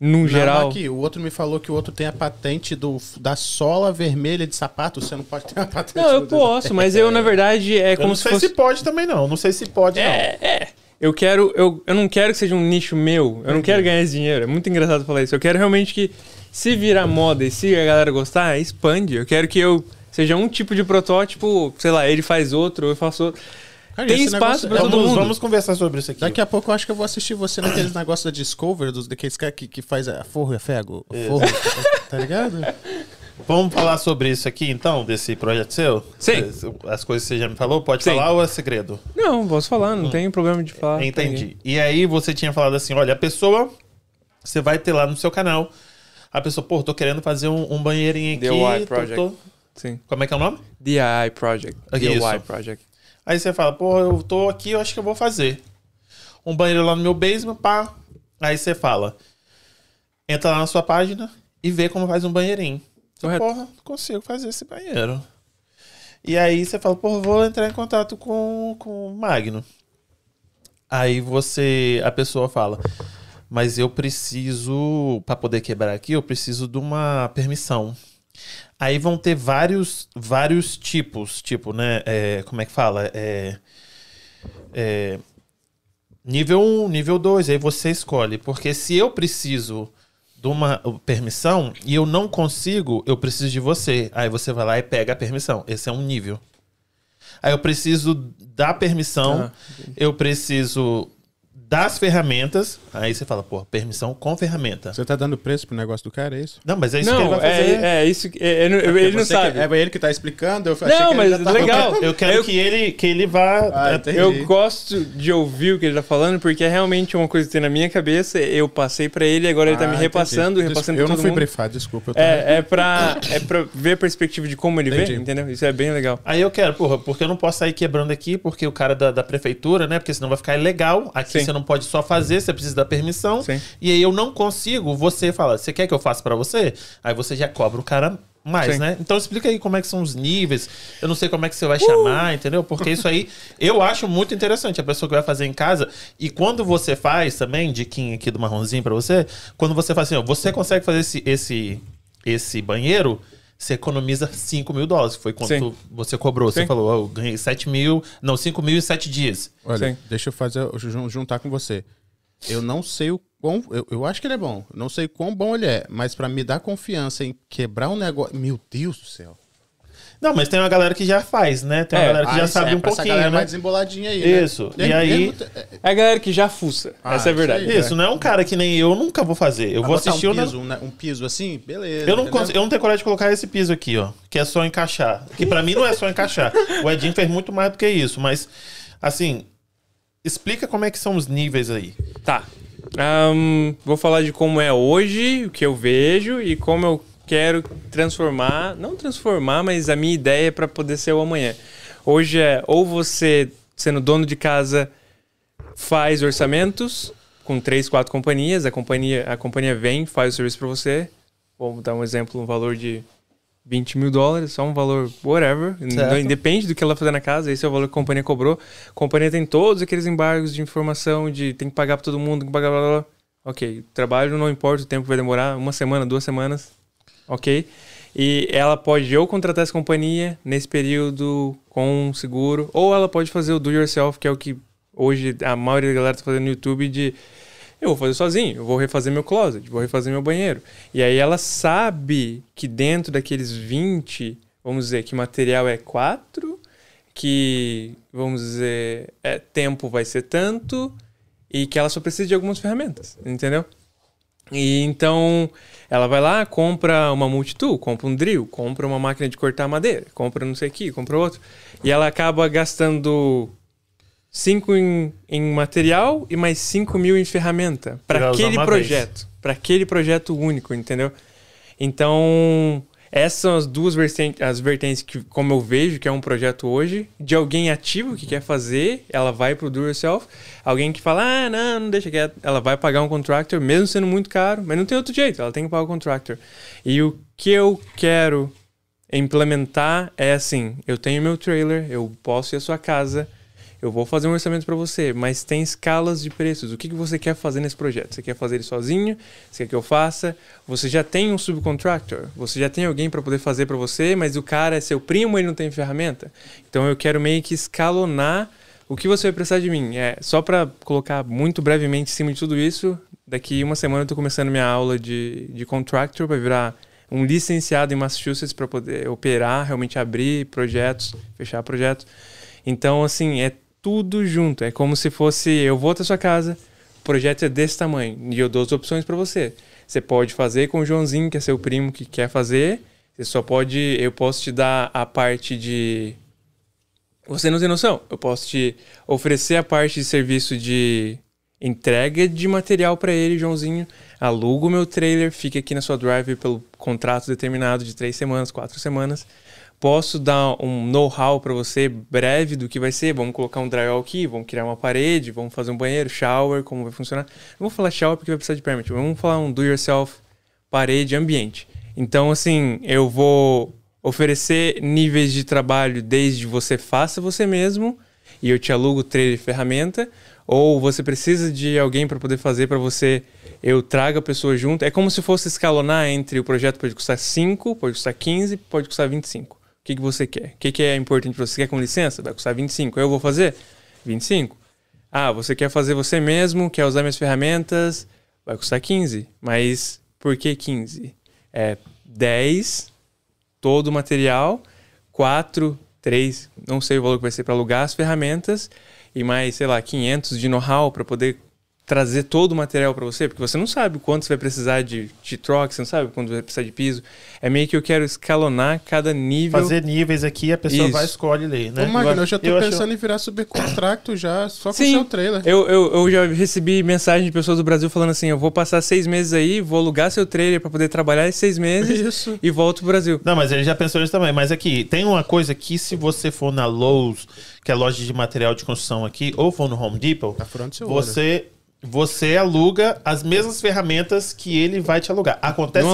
num geral. Aqui, o outro me falou que o outro tem a patente da sola vermelha de sapato. Você não pode ter uma patente. Não, eu posso, mas eu, na verdade, é como se fosse... Não sei se pode também, não. Não sei se pode, não. Eu não quero que seja um nicho meu. Eu não quero ganhar esse dinheiro. É muito engraçado falar isso. Eu quero realmente que, se virar moda e se a galera gostar, expande. Eu quero que eu seja um tipo de protótipo, sei lá, ele faz outro, eu faço outro. Cara, tem espaço pra todo mundo. Vamos conversar sobre isso aqui. Daqui a pouco eu acho que eu vou assistir você naqueles negócios da Discovery, daqueles caras que faz a forro e a fego. Forro, tá ligado? Vamos falar sobre isso aqui, então, desse projeto seu? Sim. As coisas que você já me falou, pode falar ou é segredo? Não, posso falar, não tem problema de falar. Entendi. E aí você tinha falado assim, olha, a pessoa, você vai ter lá no seu canal, a pessoa, pô, tô querendo fazer um banheirinho aqui. DIY Project. Sim. Como é que é o nome? DIY Project. DIY Project. Aí você fala, pô, eu tô aqui, eu acho que eu vou fazer um banheiro lá no meu basement, pá. Aí você fala, entra lá na sua página e vê como faz um banheirinho. Você, porra, não consigo fazer esse banheiro. E aí você fala, porra, vou entrar em contato com o Magno. Aí a pessoa fala, mas eu preciso, pra poder quebrar aqui, eu preciso de uma permissão. Aí vão ter vários tipos, tipo, né, como é que fala? Nível 1, nível 2, aí você escolhe. Porque se eu preciso de uma permissão e eu não consigo, eu preciso de você. Aí você vai lá e pega a permissão. Esse é um nível. Aí eu preciso da permissão, eu preciso das ferramentas. Aí você fala, pô, permissão com ferramenta. Você tá dando preço pro negócio do cara, é isso? Não, mas é isso que ele vai fazer. É isso que... ele não sabe. É ele que tá explicando. Eu achei que mas legal. Eu quero que ele vá... eu gosto de ouvir o que ele tá falando, porque é realmente uma coisa que tem na minha cabeça. Eu passei pra ele, agora ele tá me repassando pra todo mundo. Eu não fui brifado, desculpa. É pra ver a perspectiva de como ele vê, entendeu? Isso é bem legal. Aí eu quero, porra, porque eu não posso sair quebrando aqui, porque o cara da prefeitura, né? Porque senão vai ficar ilegal. Aqui você não pode só fazer, você precisa da permissão. Sim. E aí eu não consigo, você fala, você quer que eu faça pra você? Aí você já cobra o cara mais, né? Então explica aí como é que são os níveis. Eu não sei como é que você vai chamar, entendeu? Porque isso aí eu acho muito interessante, a pessoa que vai fazer em casa. E quando você faz também, diquinha aqui do marronzinho pra você, quando você faz assim, ó, você consegue fazer esse banheiro, você economiza $5.000. Foi quanto você cobrou. Você falou, eu ganhei 5 mil em 7 dias. Olha, deixa eu juntar com você. Eu não sei o quão... Eu acho que ele é bom. Eu não sei quão bom ele é. Mas pra me dar confiança em quebrar um negócio... Meu Deus do céu. Não, mas tem uma galera que já faz, né? Tem uma galera que já sabe um pouquinho, essa galera né? mais desemboladinha aí, isso. Né? E aí... É a galera que já fuça. Essa é a verdade. Isso, não é um cara que nem eu nunca vou fazer. Eu vou assistir um piso assim, beleza. Eu não tenho coragem de colocar esse piso aqui, ó. Que é só encaixar. Que pra mim não é só encaixar. O Edinho fez muito mais do que isso. Mas, assim... Explica como é que são os níveis aí. Tá. Vou falar de como é hoje, o que eu vejo e como eu quero transformar. Não transformar, mas a minha ideia é para poder ser o amanhã. Hoje é ou você, sendo dono de casa, faz orçamentos com 3, 4 companhias. A companhia vem, faz o serviço para você. Vamos dar um exemplo, um valor de $20.000, só um valor whatever, independe do que ela fazer na casa, esse é o valor que a companhia cobrou. A companhia tem todos aqueles embargos de informação, de tem que pagar para todo mundo, tem que pagar blá, blá, blá. Ok, trabalho não importa o tempo que vai demorar, 1 semana, 2 semanas, ok? E ela pode ou contratar essa companhia nesse período com um seguro, ou ela pode fazer o do yourself, que é o que hoje a maioria da galera tá fazendo no YouTube de... Eu vou fazer sozinho, eu vou refazer meu closet, vou refazer meu banheiro. E aí ela sabe que dentro daqueles 20, vamos dizer, que material é 4, que, vamos dizer, tempo vai ser tanto, e que ela só precisa de algumas ferramentas, entendeu? E então, ela vai lá, compra uma multitool, compra um drill, compra uma máquina de cortar madeira, compra não sei o que, compra outro. E ela acaba gastando... 5 em material e mais 5 mil em ferramenta para aquele projeto, para aquele projeto único, entendeu? Então, essas são as vertentes que, como eu vejo, que é um projeto hoje, de alguém ativo que quer fazer, ela vai pro do yourself, alguém que fala, não deixa quieto, ela vai pagar um contractor, mesmo sendo muito caro, mas não tem outro jeito, ela tem que pagar o contractor. E o que eu quero implementar é assim, eu tenho meu trailer, eu posso ir à sua casa, eu vou fazer um orçamento para você, mas tem escalas de preços. O que você quer fazer nesse projeto? Você quer fazer ele sozinho? Você quer que eu faça? Você já tem um subcontractor? Você já tem alguém para poder fazer para você, mas o cara é seu primo, ele não tem ferramenta? Então eu quero meio que escalonar o que você vai precisar de mim. Só para colocar muito brevemente em cima de tudo isso, daqui uma semana eu estou começando minha aula de contractor para virar um licenciado em Massachusetts para poder operar, realmente abrir projetos, fechar projetos. Então, assim, é tudo junto. É como se fosse, eu vou até sua casa, o projeto é desse tamanho, e eu dou as opções para você. Você pode fazer com o Joãozinho, que é seu primo, que quer fazer. Eu posso te dar a parte de... Você não tem noção. Eu posso te oferecer a parte de serviço de entrega de material para ele, Joãozinho. Alugo o meu trailer, fica aqui na sua drive pelo contrato determinado de 3 semanas, 4 semanas. Posso dar um know-how para você breve do que vai ser. Vamos colocar um drywall aqui, vamos criar uma parede, vamos fazer um banheiro, shower, como vai funcionar. Não vou falar shower porque vai precisar de permit. Vamos falar um do-yourself, parede, ambiente. Então, assim, eu vou oferecer níveis de trabalho desde você faça você mesmo e eu te alugo trailer e ferramenta, ou você precisa de alguém para poder fazer para você, eu trago a pessoa junto. É como se fosse escalonar entre o projeto pode custar 5, pode custar 15, pode custar 25. O que você quer? O que é importante para você? Você quer com licença? Vai custar 25. Eu vou fazer? 25. Ah, você quer fazer você mesmo? Quer usar minhas ferramentas? Vai custar 15. Mas por que 15? 10, todo o material, 4, 3, não sei o valor que vai ser para alugar as ferramentas, e mais, sei lá, 500 de know-how para poder trazer todo o material para você, porque você não sabe quanto você vai precisar de troca, você não sabe quanto vai precisar de piso. É meio que eu quero escalonar cada nível. Fazer níveis aqui, a pessoa vai escolhe ler, né? Ô, Magno, eu já tô pensando em virar subcontracto já, só com o seu trailer. Eu já recebi mensagem de pessoas do Brasil falando assim, eu vou passar 6 meses aí, vou alugar seu trailer para poder trabalhar esses 6 meses e volto pro Brasil. Não, mas ele já pensou nisso também. Mas aqui, tem uma coisa que se você for na Lowe's, que é a loja de material de construção aqui, ou for no Home Depot, tá furando seu você aluga as mesmas ferramentas que ele vai te alugar. Acontece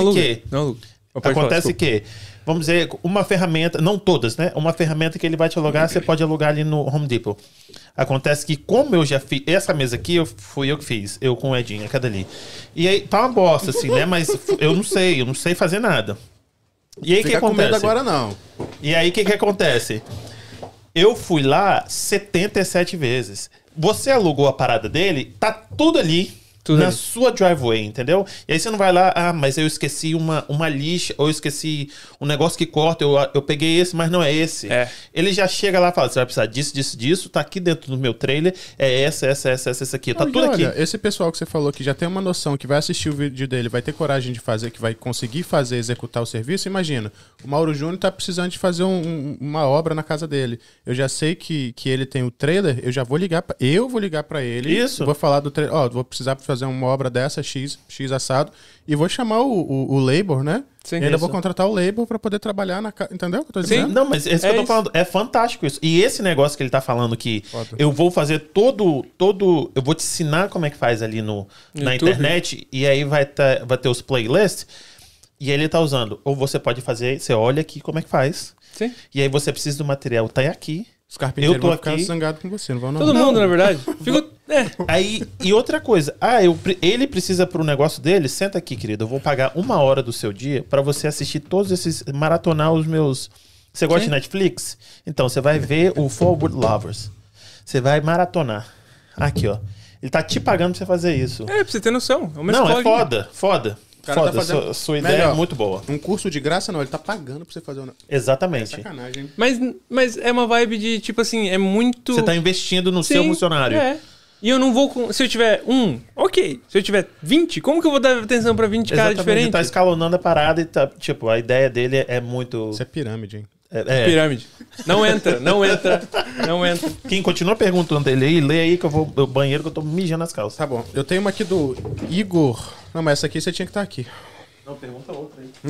que, vamos dizer, uma ferramenta, não todas, né? Uma ferramenta que ele vai te alugar, você pode alugar ali no Home Depot. Acontece que, como eu já fiz, essa mesa aqui, fui eu que fiz, eu com o Edinho, cada ali. E aí, tá uma bosta, assim, né? Mas eu não sei fazer nada. E aí, o que acontece? Agora não. E aí, o que acontece? Eu fui lá 77 vezes. Você alugou a parada dele, tá tudo ali na sua driveway, entendeu? E aí você não vai lá, mas eu esqueci uma lixa, ou eu esqueci um negócio que corta, eu peguei esse, mas não é esse. Ele já chega lá e fala, você vai precisar disso, tá aqui dentro do meu trailer, é essa aqui, tá tudo aqui. Esse pessoal que você falou que já tem uma noção, que vai assistir o vídeo dele, vai ter coragem de fazer, que vai conseguir fazer, executar o serviço, imagina, o Mauro Júnior tá precisando de fazer uma obra na casa dele. Eu já sei que ele tem o trailer, eu vou ligar pra ele. Isso. Vou falar do trailer, vou precisar fazer uma obra dessa, X assado, e vou chamar o labor, né? Sim, e ainda vou contratar o labor pra poder trabalhar na casa. Entendeu o que eu tô dizendo? Sim, não, mas esse que eu tô falando, é fantástico isso. E esse negócio que ele tá falando que eu vou fazer todo. Eu vou te ensinar como é que faz ali na internet, e aí vai ter os playlists, e ele tá usando. Ou você pode fazer, você olha aqui como é que faz. Sim. E aí você precisa do material, tá aí. Os carpinteiros vão ficar zangados com você, não vão não. Todo mundo, na verdade. Aí, e outra coisa, ele precisa pro negócio dele, senta aqui, querido, eu vou pagar 1 hora do seu dia pra você assistir todos esses, maratonar os meus... Você gosta de Netflix? Então, você vai ver o Forward Lovers. Você vai maratonar. Aqui, ó. Ele tá te pagando pra você fazer isso. Pra você ter noção. É foda. Tá fazendo... Sua ideia é muito boa. Um curso de graça, não. Ele tá pagando pra você fazer um... Exatamente. É sacanagem. Mas é uma vibe de, tipo assim, é muito... Você tá investindo no seu funcionário. E eu não vou... Se eu tiver ok. Se eu tiver 20, como que eu vou dar atenção pra 20 caras diferentes? Ele tá escalonando a parada e tá... Tipo, a ideia dele é muito... Isso é pirâmide, hein? Pirâmide. Não entra. Quem continua perguntando ele aí, lê aí que eu vou no banheiro que eu tô mijando as calças. Tá bom. Eu tenho uma aqui do Igor. Não, mas essa aqui você tinha que estar aqui. Não, pergunta outra aí.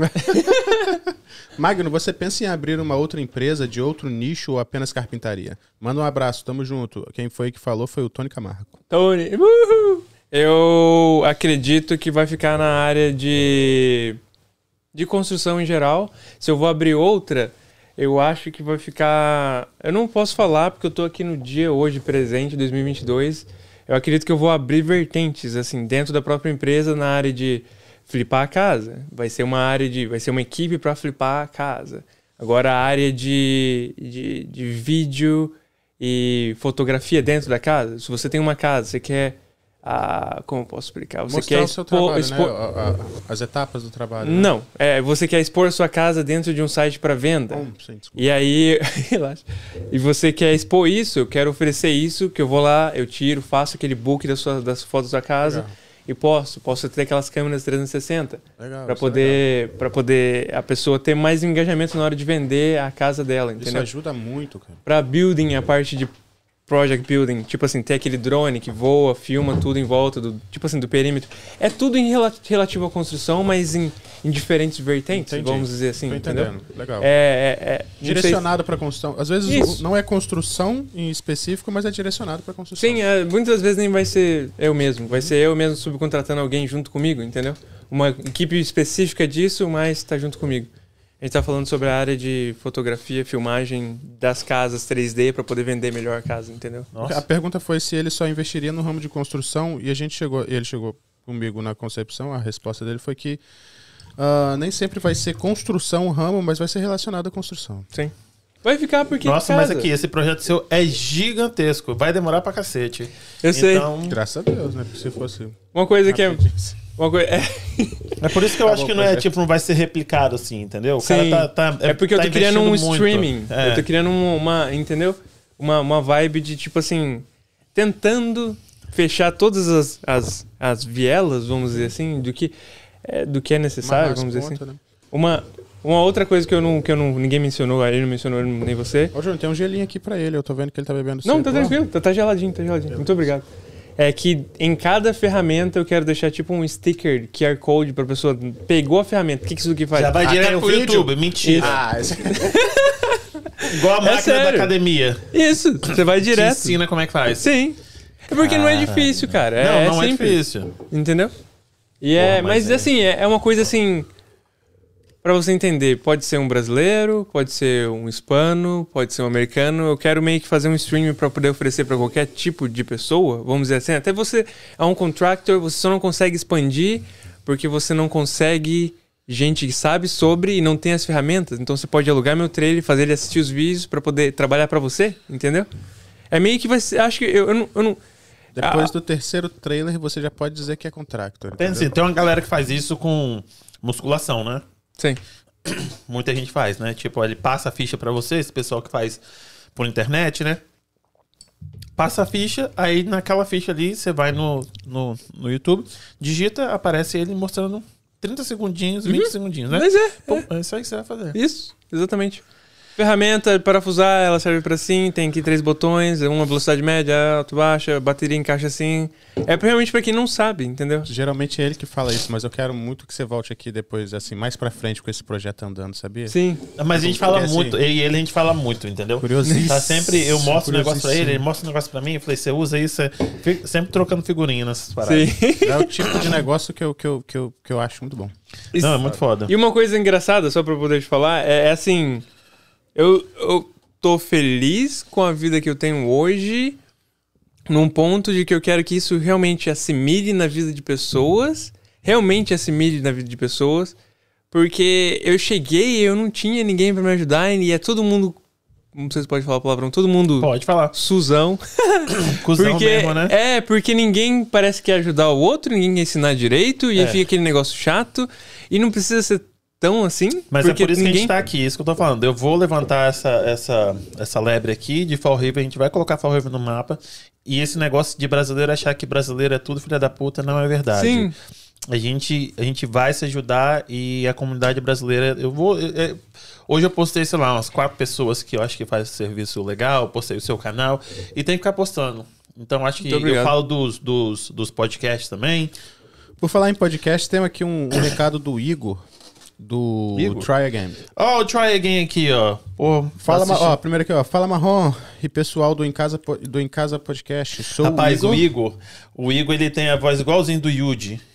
Magno, você pensa em abrir uma outra empresa de outro nicho ou apenas carpintaria? Manda um abraço, tamo junto. Quem foi que falou foi o Tony Camargo. Tony, uhul. Eu acredito que vai ficar na área de construção em geral. Se eu vou abrir outra... eu acho que vai ficar... Eu não posso falar porque eu tô aqui no dia hoje presente, 2022. Eu acredito que eu vou abrir vertentes, assim, dentro da própria empresa na área de flipar a casa. Vai ser uma equipe para flipar a casa. Agora a área de vídeo e fotografia dentro da casa. Se você tem uma casa, você quer... como eu posso explicar? Você mostrar quer o seu trabalho, né? As etapas do trabalho. Não, você quer expor a sua casa dentro de um site para venda. Sim, E aí, relaxa. E você quer expor isso, eu quero oferecer isso, que eu vou lá, eu tiro, faço aquele book das fotos da sua casa. Legal. E posso ter aquelas câmeras 360 para poder a pessoa ter mais engajamento na hora de vender a casa dela, entendeu? Isso ajuda muito, cara. Para building, a parte de project building, tipo assim, ter aquele drone que voa, filma tudo em volta do, tipo assim, do perímetro. É tudo em relativo à construção, mas em diferentes vertentes, vamos dizer assim, entendeu? Legal. Direcionado para construção. Às vezes não é construção em específico, mas é direcionado para construção. Sim, muitas vezes nem vai ser eu mesmo, vai ser eu mesmo subcontratando alguém junto comigo, entendeu? Uma equipe específica disso, mas tá junto comigo. A gente tá falando sobre a área de fotografia, filmagem das casas 3D para poder vender melhor a casa, entendeu? Nossa. A pergunta foi se ele só investiria no ramo de construção e ele chegou comigo na concepção, a resposta dele foi que nem sempre vai ser construção o ramo, mas vai ser relacionado à construção. Sim. Vai ficar porque Nossa, mas aqui, esse projeto seu é gigantesco. Vai demorar pra cacete. Eu sei. Graças a Deus, né? Porque se fosse... Uma coisa que é por isso que eu acho que não vai ser replicado assim, entendeu? O cara tá porque eu tô criando um streaming. Muito. Eu tô criando entendeu? Uma vibe de, tipo assim, tentando fechar todas as vielas, vamos dizer assim, do que é necessário, vamos dizer assim. Né? Uma outra coisa que ninguém mencionou, ele não mencionou, nem você. Ô, Júnior, tem um gelinho aqui pra ele, eu tô vendo que ele tá bebendo Não, tá tranquilo, tá geladinho. Muito obrigado. É que em cada ferramenta eu quero deixar tipo um sticker, QR Code pra pessoa. Pegou a ferramenta, o que isso aqui faz? Já vai direto pro YouTube, mentira. Igual a máquina da academia. Isso, você vai direto. Te ensina como é que faz. Sim. É porque não é difícil, cara. Não é difícil. Entendeu? E mas assim, é uma coisa assim... Pra você entender, pode ser um brasileiro, pode ser um hispano, pode ser um americano. Eu quero meio que fazer um streaming pra poder oferecer pra qualquer tipo de pessoa, vamos dizer assim. Até você é um contractor, você só não consegue expandir porque você não consegue gente que sabe sobre e não tem as ferramentas. Então você pode alugar meu trailer, fazer ele assistir os vídeos pra poder trabalhar pra você, entendeu? É meio que vai ser... Acho que eu não... Depois do terceiro trailer, você já pode dizer que é contractor. Tem uma galera que faz isso com musculação, né? Sim. Muita gente faz, né? Tipo, ele passa a ficha pra você, esse pessoal que faz por internet, né? Passa a ficha, aí naquela ficha ali, você vai no YouTube, digita, aparece ele mostrando 30 segundinhos, 20 segundinhos, né? Mas é isso aí que você vai fazer. Isso, exatamente. Ferramenta para parafusar, ela serve para assim, tem aqui 3 botões, uma velocidade média, alta, baixa, bateria encaixa assim. É realmente para quem não sabe, entendeu? Geralmente é ele que fala isso, mas eu quero muito que você volte aqui depois, assim, mais pra frente com esse projeto andando, sabia? Sim. Mas a gente fala muito, eu e ele a gente fala muito, entendeu? Curiosinho. Tá sempre, eu mostro o negócio pra ele mostra o negócio pra mim, eu falei, você usa isso, sempre trocando figurinha nessas paradas. Sim. É o tipo de negócio que eu acho muito bom. Não, é muito foda. E uma coisa engraçada, só pra eu poder te falar, é assim... Eu tô feliz com a vida que eu tenho hoje, num ponto de que eu quero que isso realmente assimile na vida de pessoas, porque eu cheguei e eu não tinha ninguém pra me ajudar, e é todo mundo, não sei se pode falar palavrão, todo mundo... Pode falar. Suzão. Cusão mesmo, né? Porque ninguém parece que quer ajudar o outro, ninguém quer ensinar direito, e aí fica aquele negócio chato, e não precisa ser tão assim. Mas é por isso que a gente tá aqui, isso que eu tô falando. Eu vou levantar essa lebre aqui de Fall River, a gente vai colocar Fall River no mapa. E esse negócio de brasileiro achar que brasileiro é tudo filha da puta não é verdade. Sim. A gente vai se ajudar e a comunidade brasileira... Hoje eu postei, sei lá, umas 4 pessoas que eu acho que fazem serviço legal, postei o seu canal e tem que ficar postando. Então acho que eu falo dos podcasts também. Por falar em podcast, tem aqui um recado do Igor. Do Try Again. Ó, o Try Again aqui, ó. Primeiro aqui, ó. Fala Marrom e pessoal do Em Casa Podcast. Sou Rapaz, o Igor, o Igor ele tem a voz igualzinho do Yuji.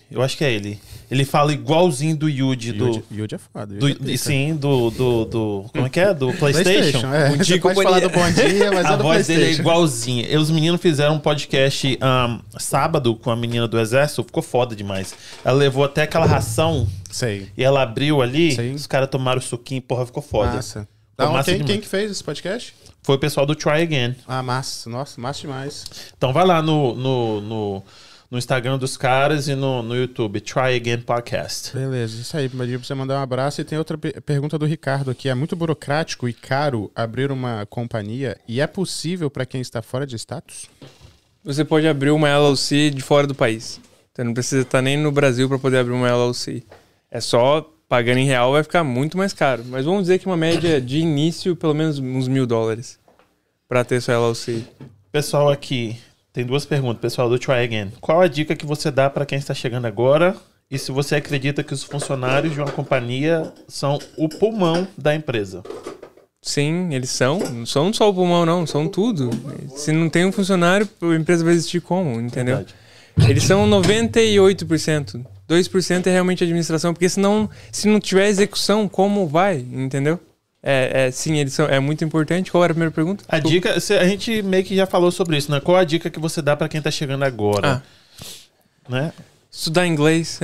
Eu acho que é ele. Ele fala igualzinho do Yuji. Yuji é foda. Sim, como é que é? Do PlayStation. O Dico pode falar do Bom Dia, mas a voz dele é igualzinha. E os meninos fizeram um podcast sábado com a menina do exército. Ficou foda demais. Ela levou até aquela ração. Sei. E ela abriu ali. Sei. Os caras tomaram o suquinho. Porra, ficou foda. Massa. Então, quem que fez esse podcast? Foi o pessoal do Try Again. Massa. Nossa, massa demais. Então vai lá no Instagram dos caras e no YouTube, Try Again Podcast. Beleza, isso aí. Pedi pra você mandar um abraço. E tem outra pergunta do Ricardo aqui. É muito burocrático e caro abrir uma companhia e é possível para quem está fora de status? Você pode abrir uma LLC de fora do país. Você não precisa estar nem no Brasil para poder abrir uma LLC. É só pagando em real vai ficar muito mais caro. Mas vamos dizer que uma média de início, pelo menos uns $1.000 para ter sua LLC. Pessoal aqui... Tem duas perguntas, pessoal, do Try Again. Qual a dica que você dá para quem está chegando agora? E se você acredita que os funcionários de uma companhia são o pulmão da empresa? Sim, eles são. Não são só o pulmão, não. São tudo. Se não tem um funcionário, a empresa vai existir como, entendeu? Verdade. Eles são 98%. 2% é realmente administração, porque senão, se não tiver execução, como vai, entendeu? Sim, eles são. É muito importante. Qual era a primeira pergunta? A dica, a gente meio que já falou sobre isso, né? Qual a dica que você dá pra quem tá chegando agora? Né? Estudar inglês.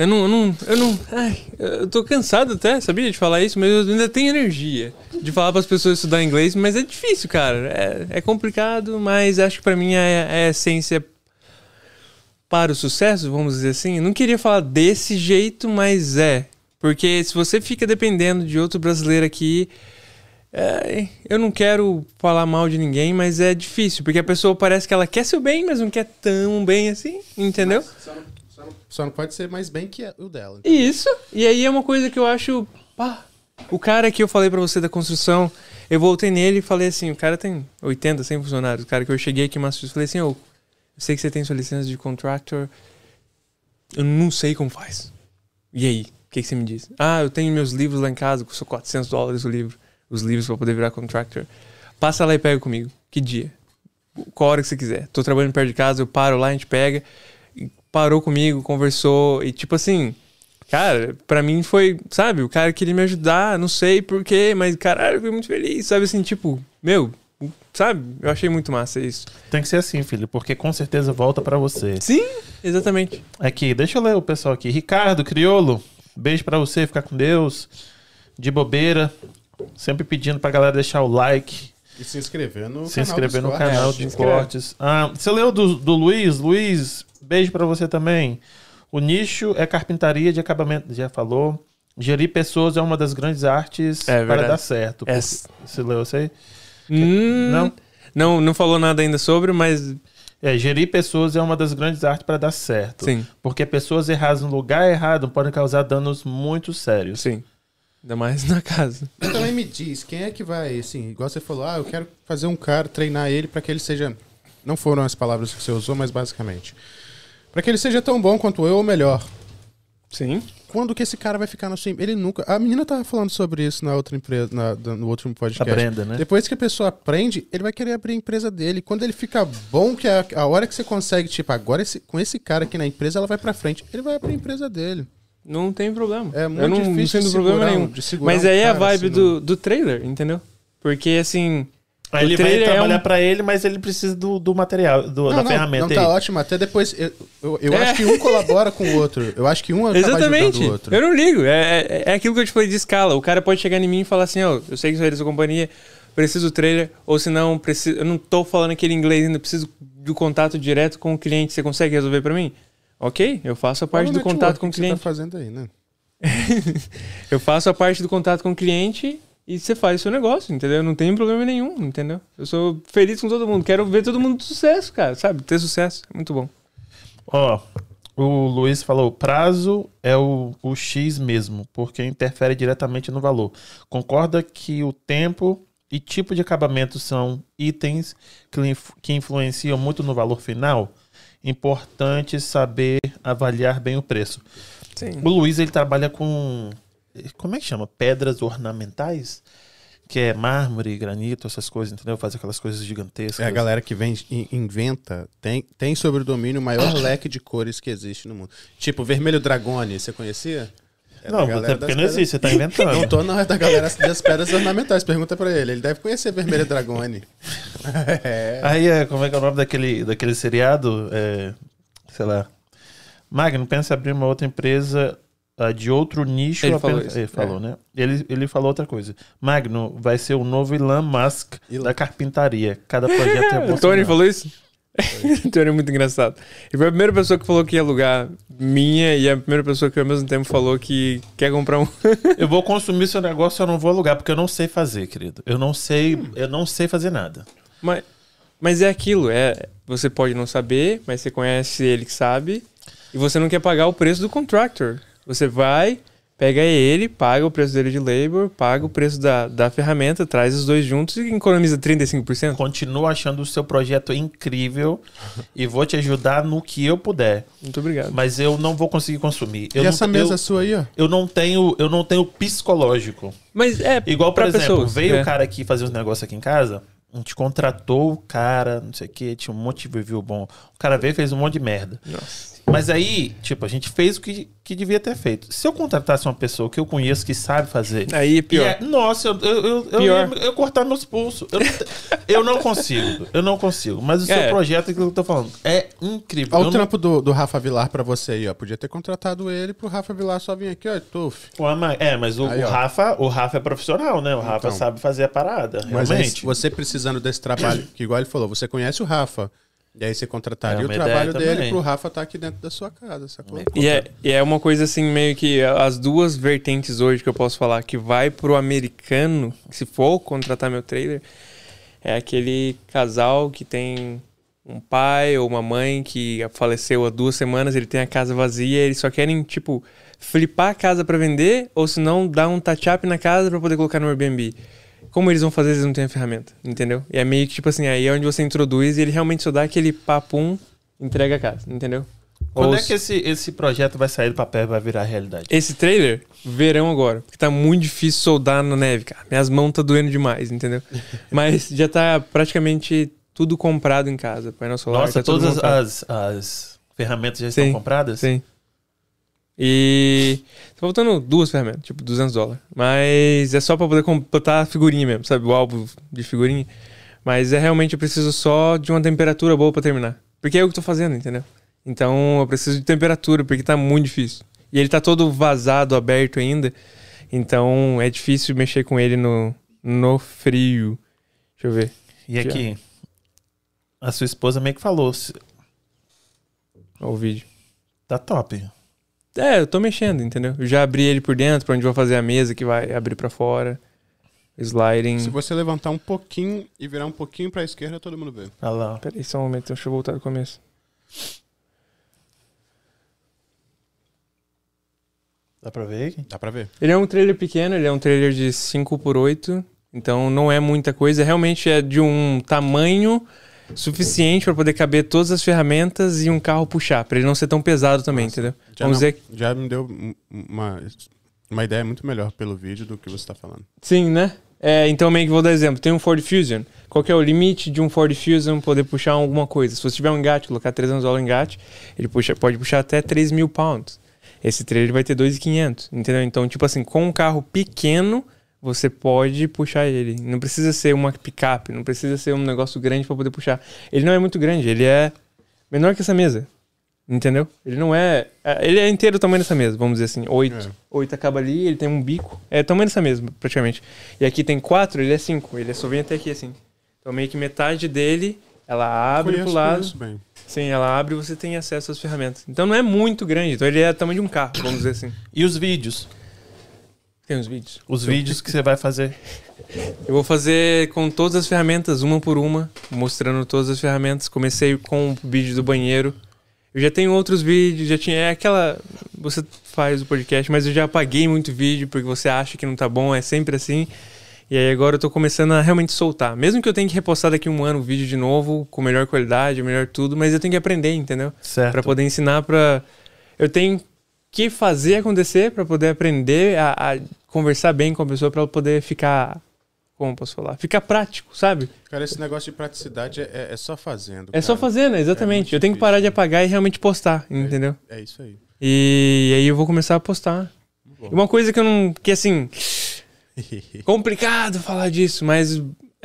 Eu tô cansado até, sabia, de falar isso, mas eu ainda tenho energia de falar pras pessoas estudar inglês, mas é difícil, cara. É complicado, mas acho que pra mim é a essência para o sucesso, vamos dizer assim. Eu não queria falar desse jeito, mas porque se você fica dependendo de outro brasileiro aqui... eu não quero falar mal de ninguém, mas é difícil, porque a pessoa parece que ela quer seu bem, mas não quer tão bem assim, entendeu? Só não pode ser mais bem que o dela. Entendeu? Isso, e aí é uma coisa que eu acho... o cara que eu falei pra você da construção, eu voltei nele e falei assim, o cara tem 80, 100 funcionários, o cara que eu cheguei aqui em Massachusetts, falei assim, eu sei que você tem sua licença de contractor, eu não sei como faz. E aí, o que você me diz? Eu tenho meus livros lá em casa, custou $400 o livro. Os livros pra poder virar contractor. Passa lá e pega comigo. Que dia? Qual hora que você quiser. Tô trabalhando perto de casa, eu paro lá, a gente pega. Parou comigo, conversou. E tipo assim, cara, pra mim foi, sabe? O cara queria me ajudar, não sei porquê, mas caralho, eu fui muito feliz. Sabe assim, tipo, sabe? Eu achei muito massa isso. Tem que ser assim, filho, porque com certeza volta pra você. Sim, exatamente. Aqui, deixa eu ler o pessoal aqui. Ricardo, Criolo, beijo pra você, ficar com Deus. De bobeira. Sempre pedindo pra galera deixar o like. E se inscrever no canal de cortes. Você leu do Luiz? Luiz, beijo pra você também. O nicho é carpintaria de acabamento. Já falou. Gerir pessoas é uma das grandes artes para dar certo. Você leu isso aí? Não falou nada ainda sobre, mas... Gerir pessoas é uma das grandes artes para dar certo. Sim. Porque pessoas erradas no lugar errado podem causar danos muito sérios. Sim. Ainda mais na casa. Mas também me diz, quem é que vai, assim, igual você falou, eu quero fazer um cara, treinar ele para que ele seja... Não foram as palavras que você usou, mas basicamente. Para que ele seja tão bom quanto eu ou melhor. Sim. Quando que esse cara vai ficar no seu... Ele nunca... A menina tava falando sobre isso na outra empresa, no outro podcast. A Brenda, né? Depois que a pessoa aprende, ele vai querer abrir a empresa dele. Quando ele fica bom, que é a hora que você consegue, tipo, agora com esse cara aqui na empresa, ela vai pra frente. Ele vai abrir a empresa dele. Não tem problema. É muito difícil de problema nenhum. Mas aí é a vibe do trailer, entendeu? Porque assim... Aí ele vai trabalhar pra ele, mas ele precisa do material, da ferramenta. Não, tá ótimo. Até depois... Eu acho que um colabora com o outro. Eu acho que um acaba ajudando o outro. Eu não ligo. É aquilo que eu te falei de escala. O cara pode chegar em mim e falar assim, eu sei que você é da sua companhia, preciso do trailer, ou se não, eu não tô falando aquele inglês ainda, preciso do contato direto com o cliente. Você consegue resolver pra mim? Ok, eu faço a parte do contato com o cliente. Você tá fazendo aí, né? Eu faço a parte do contato com o cliente e você faz o seu negócio, entendeu? Não tem problema nenhum, entendeu? Eu sou feliz com todo mundo. Quero ver todo mundo de sucesso, cara, sabe? Ter sucesso. É muito bom. O Luiz falou, o prazo é o X mesmo, porque interfere diretamente no valor. Concorda que o tempo e tipo de acabamento são itens que influenciam muito no valor final? Importante saber avaliar bem o preço. Sim. O Luiz, ele trabalha com... Como é que chama? Pedras ornamentais? que é mármore, granito, essas coisas, entendeu? Faz aquelas coisas gigantescas. É a galera que vem e inventa, tem sobre o domínio o maior leque de cores que existe no mundo. Tipo, vermelho dragone, você conhecia? Não, até porque não existe, você tá inventando. Não, é da galera das pedras ornamentais. Pergunta pra ele deve conhecer vermelho dragone. Aí, como é que é o nome daquele seriado? Sei lá. Magno, pensa em abrir uma outra empresa de outro nicho. Ele falou, né? Ele falou outra coisa. Magno vai ser o novo Elon Musk da carpintaria. Cada projeto é O Tony falou isso? O Tony é muito engraçado. Ele foi a primeira pessoa que falou que ia alugar minha e a primeira pessoa que ao mesmo tempo falou que quer comprar um. Eu vou consumir seu negócio, eu não vou alugar, porque eu não sei fazer, querido. Eu não sei fazer nada. Mas é aquilo, você pode não saber, mas você conhece ele que sabe, e você não quer pagar o preço do contractor. Você vai, pega ele, paga o preço dele de labor, paga o preço da ferramenta, traz os dois juntos e economiza 35%. Continuo achando o seu projeto incrível e vou te ajudar no que eu puder. Muito obrigado. Mas eu não vou conseguir consumir. E essa mesa sua aí, ó? Eu não tenho psicológico. Mas igual, por exemplo, pessoas, veio o cara aqui fazer uns negócios aqui em casa, a gente contratou o cara, não sei o que, tinha um monte de review bom. O cara veio e fez um monte de merda. Nossa. Mas aí, tipo, a gente fez o que devia ter feito. Se eu contratasse uma pessoa que eu conheço, que sabe fazer... Aí é pior. Nossa, eu cortar meus pulsos. Eu não consigo. Mas o seu projeto, aquilo que eu tô falando, é incrível. Olha o trampo do Rafa Vilar pra você aí, ó. Podia ter contratado ele pro Rafa Vilar só vir aqui, ó, tuf. Mas o Rafa é profissional, né? O Rafa sabe fazer a parada, mas realmente. Você precisando desse trabalho, que igual ele falou, você conhece o Rafa... E aí você contrataria o trabalho dele pro Rafa estar aqui dentro da sua casa, sacou? E é uma coisa assim, meio que as duas vertentes hoje que eu posso falar, que vai pro americano, se for contratar meu trailer, é aquele casal que tem um pai ou uma mãe que faleceu há 2 semanas, ele tem a casa vazia, eles só querem, tipo, flipar a casa pra vender, ou se não, dar um touch-up na casa pra poder colocar no Airbnb. Como eles vão fazer se eles não têm a ferramenta, entendeu? E é meio que tipo assim, aí é onde você introduz e ele realmente só dá aquele papum, entrega a casa, entendeu? Quando é que esse projeto vai sair do papel e vai virar realidade? Esse trailer, verão agora, porque tá muito difícil soldar na neve, cara. Minhas mãos tá doendo demais, entendeu? Mas já tá praticamente tudo comprado em casa, painel solar. Nossa, tá todas as ferramentas já estão compradas? Sim. E tá faltando 2 ferramentas, tipo $200. Mas é só pra poder botar a figurinha mesmo, sabe? O álbum de figurinha. Mas realmente eu preciso só de uma temperatura boa pra terminar. Porque é o que eu tô fazendo, entendeu? Então eu preciso de temperatura, porque tá muito difícil. E ele tá todo vazado, aberto ainda. Então é difícil mexer com ele no frio. Deixa eu ver. E aqui, a sua esposa meio que falou. Olha o vídeo. Tá top. Eu tô mexendo, entendeu? Eu já abri ele por dentro, pra onde eu vou fazer a mesa, que vai abrir pra fora. Sliding. Se você levantar um pouquinho e virar um pouquinho pra esquerda, todo mundo vê. Olha lá. Peraí, só um momento, deixa eu voltar do começo. Dá pra ver? Dá pra ver. Ele é um trailer pequeno, ele é um trailer de 5x8, então não é muita coisa. Realmente é de um tamanho suficiente para poder caber todas as ferramentas e um carro puxar, para ele não ser tão pesado também, entendeu? Já me deu uma ideia muito melhor pelo vídeo do que você tá falando. Sim, né? Então meio que vou dar exemplo. Tem um Ford Fusion. Qual que é o limite de um Ford Fusion poder puxar alguma coisa? Se você tiver um engate, colocar $300 em engate, ele pode puxar até 3.000 pounds. Esse trailer vai ter 2.500, entendeu? Então, tipo assim, com um carro pequeno, você pode puxar ele. Não precisa ser uma picape, não precisa ser um negócio grande para poder puxar. Ele não é muito grande, ele é menor que essa mesa. Entendeu? Ele não é... Ele é inteiro o tamanho dessa mesa, vamos dizer assim. 8 acaba ali, ele tem um bico. É o tamanho dessa mesa, praticamente. E aqui tem 4, ele é 5. Ele só vem até aqui, assim. Então meio que metade dele, ela abre pro lado. Bem. Sim, ela abre e você tem acesso às ferramentas. Então não é muito grande. Então ele é o tamanho de um carro, vamos dizer assim. E os vídeos? Tem os vídeos. Os vídeos que você vai fazer? Eu vou fazer com todas as ferramentas, uma por uma, mostrando todas as ferramentas. Comecei com o vídeo do banheiro. Eu já tenho outros vídeos, já tinha... É aquela... Você faz o podcast, mas eu já apaguei muito vídeo porque você acha que não tá bom, é sempre assim. E aí agora eu tô começando a realmente soltar. Mesmo que eu tenha que repostar daqui a um ano o vídeo de novo, com melhor qualidade, melhor tudo, mas eu tenho que aprender, entendeu? Certo. Pra poder ensinar pra... Eu tenho que fazer acontecer pra poder aprender a conversar bem com a pessoa, pra ela poder ficar como eu posso falar? Fica prático, sabe? Cara, esse negócio de praticidade é só fazendo. É só fazendo, exatamente. Eu tenho que parar de apagar e realmente postar, entendeu? É isso aí. E aí eu vou começar a postar. E uma coisa que eu não... Que assim... complicado falar disso, mas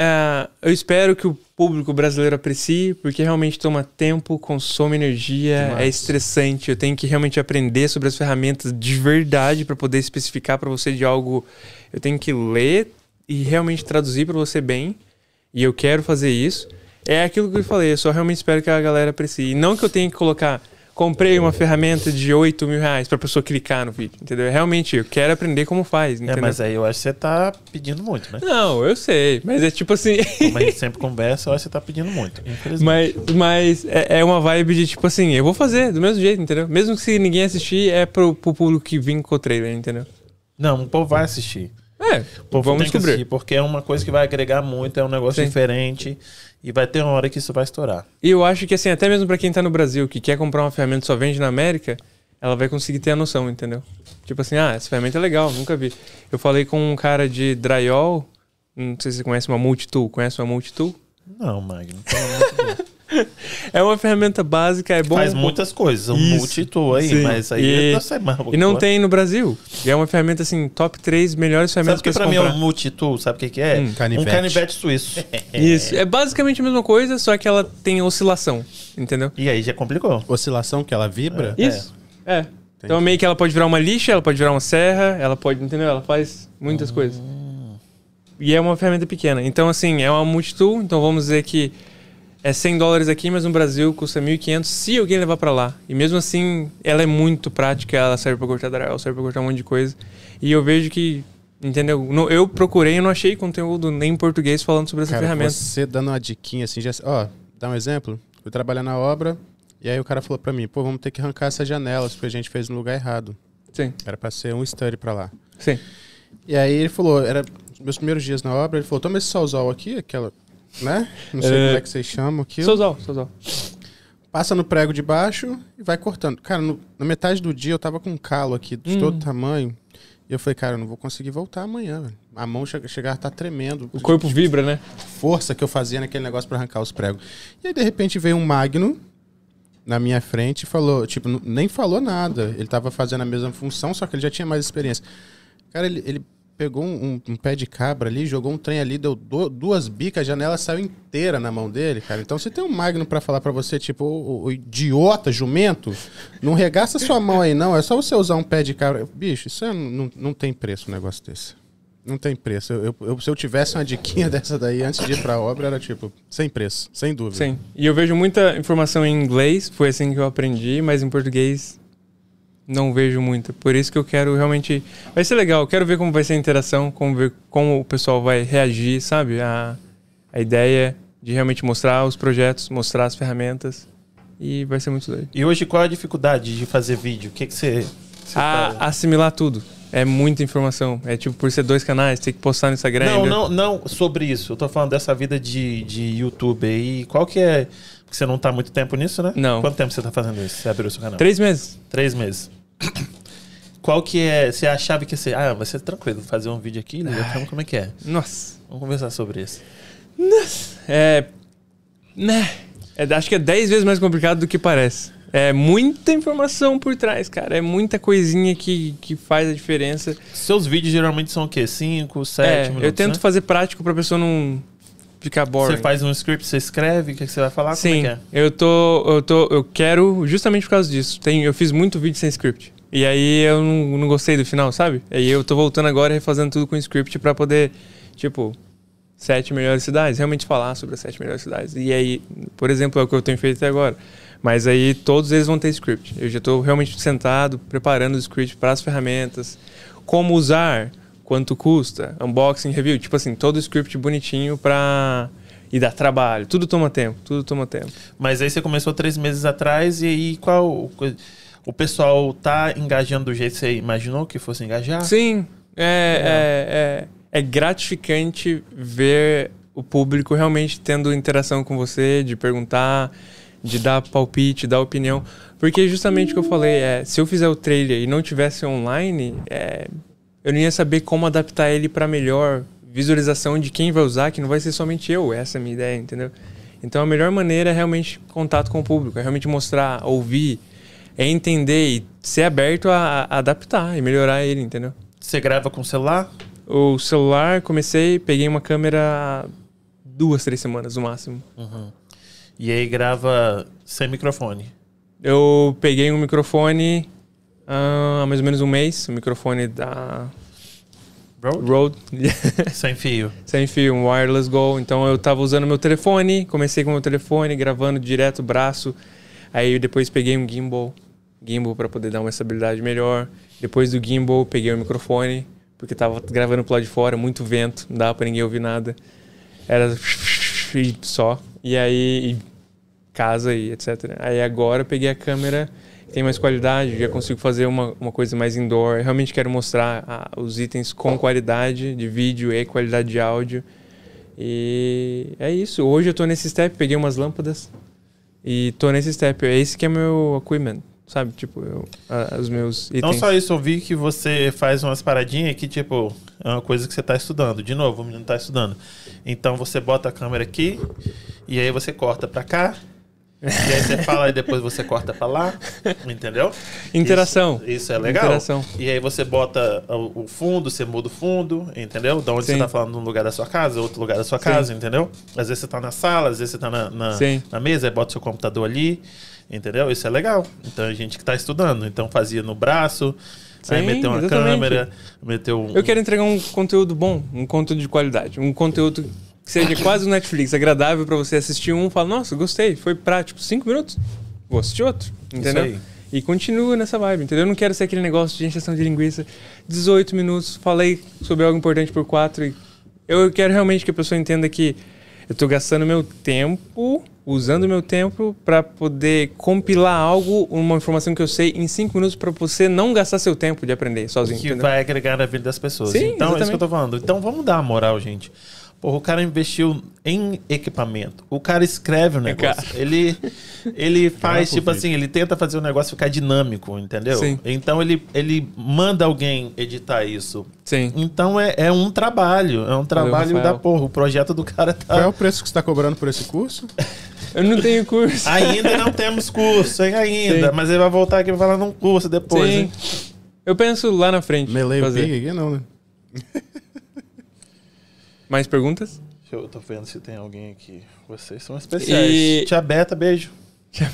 eu espero que o público brasileiro aprecie, porque realmente toma tempo, consome energia, é estressante. Eu tenho que realmente aprender sobre as ferramentas de verdade para poder especificar para você de algo. Eu tenho que ler e realmente traduzir para você bem. E eu quero fazer isso. É aquilo que eu falei, eu só realmente espero que a galera aprecie. E não que eu tenha que colocar... Comprei uma ferramenta de 8 mil reais pra pessoa clicar no vídeo, entendeu? Realmente, eu quero aprender como faz, entendeu? Mas aí eu acho que você tá pedindo muito, né? Não, eu sei, mas é tipo assim... Como a gente sempre conversa, eu acho que você tá pedindo muito, infelizmente. Mas é uma vibe de tipo assim, eu vou fazer do mesmo jeito, entendeu? Mesmo que se ninguém assistir, é pro público que vem com o trailer, entendeu? Não, o povo vai assistir. O povo vamos descobrir. Assistir, porque é uma coisa que vai agregar muito, é um negócio diferente e vai ter uma hora que isso vai estourar. E eu acho que assim, até mesmo pra quem tá no Brasil, que quer comprar uma ferramenta e só vende na América, ela vai conseguir ter a noção, entendeu? Tipo assim, essa ferramenta é legal, nunca vi. Eu falei com um cara de drywall, não sei se você conhece uma Multitool. Conhece uma Multitool? Não, Magno, pelo amor de Deus. É uma ferramenta básica, é bom. Faz muitas coisas, um Multitool aí, sim. Mas aí e não tem no Brasil. E é uma ferramenta assim, top 3 melhores ferramentas para comprar. Sabe o que pra mim é um Multitool? Sabe o que é? Um canivete suíço. Isso, é basicamente a mesma coisa, só que ela tem oscilação, entendeu? E aí já complicou. Oscilação que ela vibra? Isso, Então meio que ela pode virar uma lixa, ela pode virar uma serra, ela pode, entendeu? Ela faz muitas coisas. E é uma ferramenta pequena. Então assim, é uma Multitool, então vamos dizer que é $100 aqui, mas no Brasil custa 1.500 se alguém levar pra lá. E mesmo assim, ela é muito prática, ela serve pra cortar drywall, serve pra cortar um monte de coisa. E eu vejo que, entendeu? Eu procurei e não achei conteúdo nem em português falando sobre essa ferramenta. Você dando uma diquinha assim, dá um exemplo. Fui trabalhar na obra e aí o cara falou pra mim, vamos ter que arrancar essas janelas porque a gente fez no lugar errado. Sim. Era pra ser um study pra lá. Sim. E aí ele falou, era meus primeiros dias na obra, ele falou, toma esse solzol aqui, aquela... né? Não sei como é que vocês chamam aqui. Solzol. Passa no prego de baixo e vai cortando. Cara, na metade do dia eu tava com um calo aqui de todo tamanho. E eu falei, cara, eu não vou conseguir voltar amanhã, velho. A mão chegava a tá tremendo. O corpo vibra, né? Força que eu fazia naquele negócio pra arrancar os pregos. E aí, de repente, veio um Magno na minha frente e falou, tipo, nem falou nada. Ele tava fazendo a mesma função, só que ele já tinha mais experiência. Cara, ele pegou um pé de cabra ali, jogou um trem ali, deu 2 bicas, a janela saiu inteira na mão dele, cara. Então você tem um Magno pra falar pra você, tipo, o idiota, jumento, não regaça sua mão aí não, é só você usar um pé de cabra. Bicho, isso não tem preço um negócio desse. Não tem preço. Se eu tivesse uma diquinha dessa daí antes de ir pra obra, era tipo, sem preço, sem dúvida. Sim, e eu vejo muita informação em inglês, foi assim que eu aprendi, mas em português... não vejo muito. Por isso que eu quero realmente... Vai ser legal. Eu quero ver como vai ser a interação, ver como o pessoal vai reagir, sabe? A ideia de realmente mostrar os projetos, mostrar as ferramentas. E vai ser muito doido. E hoje qual é a dificuldade de fazer vídeo? O que você assimilar tudo. É muita informação. É tipo, por ser 2 canais, tem que postar no Instagram. Não sobre isso. Eu tô falando dessa vida de YouTube aí. Qual que é... Porque você não tá há muito tempo nisso, né? Não. Quanto tempo você tá fazendo isso? Você abriu o seu canal? 3 meses. 3 meses. Qual que é... Você achava que você... vai ser tranquilo fazer um vídeo aqui, como é que é? Nossa. Vamos conversar sobre isso. Nossa. Acho que é 10 vezes mais complicado do que parece. É muita informação por trás, cara. É muita coisinha que faz a diferença. Seus vídeos geralmente são o quê? 5, 7 minutos, eu tento fazer prático pra pessoa não ficar boring. Você faz um script, você escreve, o que você vai falar? Sim, como é que é? Eu quero justamente por causa disso. Eu fiz muito vídeo sem script. E aí eu não gostei do final, sabe? Aí eu tô voltando agora e refazendo tudo com script pra poder, tipo... 7 melhores cidades, realmente falar sobre as 7 melhores cidades. E aí, por exemplo, é o que eu tenho feito até agora. Mas aí todos eles vão ter script. Eu já estou realmente sentado, preparando o script para as ferramentas. Como usar, quanto custa, unboxing, review. Tipo assim, todo o script bonitinho para... E dá trabalho. Tudo toma tempo, Mas aí você começou 3 meses atrás e aí qual... O pessoal tá engajando do jeito que você imaginou que fosse engajar? Sim, é gratificante ver o público realmente tendo interação com você, de perguntar, de dar palpite, dar opinião. Porque justamente o que eu falei, se eu fizer o trailer e não tivesse online, eu não ia saber como adaptar ele para melhor visualização de quem vai usar, que não vai ser somente eu. Essa é a minha ideia, entendeu? Então a melhor maneira é realmente contato com o público, é realmente mostrar, ouvir, é entender e ser aberto a adaptar e melhorar ele, entendeu? Você grava com o celular? O celular, peguei uma câmera 2, 3 semanas no máximo. Uhum. E aí grava sem microfone? Eu peguei um microfone há mais ou menos um mês, o microfone da Rode. Sem fio? Sem fio, um wireless Go. Então eu tava usando meu telefone, comecei com meu telefone, gravando direto o braço. Aí depois peguei um gimbal para poder dar uma estabilidade melhor. Depois do gimbal, peguei o microfone, porque tava gravando pro lado de fora, muito vento, não dava pra ninguém ouvir nada. Era só. E aí, casa e etc. Aí agora eu peguei a câmera, tem mais qualidade, já consigo fazer uma coisa mais indoor. Eu realmente quero mostrar os itens com qualidade de vídeo e qualidade de áudio. E é isso. Hoje eu tô nesse step, peguei umas lâmpadas e tô nesse step. Esse que é meu equipment. Sabe, tipo, os meus itens. Não só isso, eu vi que você faz umas paradinhas que, tipo, é uma coisa que você tá estudando. De novo, o menino tá estudando. Então você bota a câmera aqui, e aí você corta pra cá, e aí você fala, e depois você corta pra lá, entendeu? Interação. Isso é legal. Interação. E aí você bota o fundo, você muda o fundo, entendeu? De onde Sim. você tá falando, num lugar da sua casa, outro lugar da sua casa, entendeu? Às vezes você tá na sala, às vezes você tá na mesa, aí bota seu computador ali. Entendeu? Isso é legal. Então a gente que tá estudando. Então fazia no braço, aí meteu uma câmera, meteu Eu quero entregar um conteúdo bom, um conteúdo de qualidade, um conteúdo que seja quase um Netflix, agradável pra você assistir fala, nossa, gostei, foi prático, 5 minutos, vou assistir outro, entendeu? Isso aí. E continua nessa vibe, entendeu? Eu não quero ser aquele negócio de encheção de linguiça, 18 minutos, falei sobre algo importante por 4 e eu quero realmente que a pessoa entenda que eu tô gastando meu tempo, usando meu tempo para poder compilar algo, uma informação que eu sei em 5 minutos para você não gastar seu tempo de aprender sozinho. Que entendeu? vai agregar na vida das pessoas. Sim, então exatamente. é isso que eu tô falando. Então vamos dar a moral, gente. Porra, o cara investiu em equipamento. O cara escreve o negócio. Ele faz, tipo assim, ele tenta fazer o negócio ficar dinâmico, entendeu? Sim. Então ele manda alguém editar isso. Sim. Então é um trabalho. É um trabalho Rafael. da porra. O projeto do cara tá... Qual é o preço que você está cobrando por esse curso? Eu não tenho curso. Ainda não temos curso, hein, ainda. Sim. Mas ele vai voltar aqui e vai falar num curso depois, Sim. hein? Eu penso lá na frente. Melei o fazer. pig aqui, não, né? Mais perguntas? Eu tô vendo se tem alguém aqui. Vocês são especiais. E- Tia Beta, beijo. Tia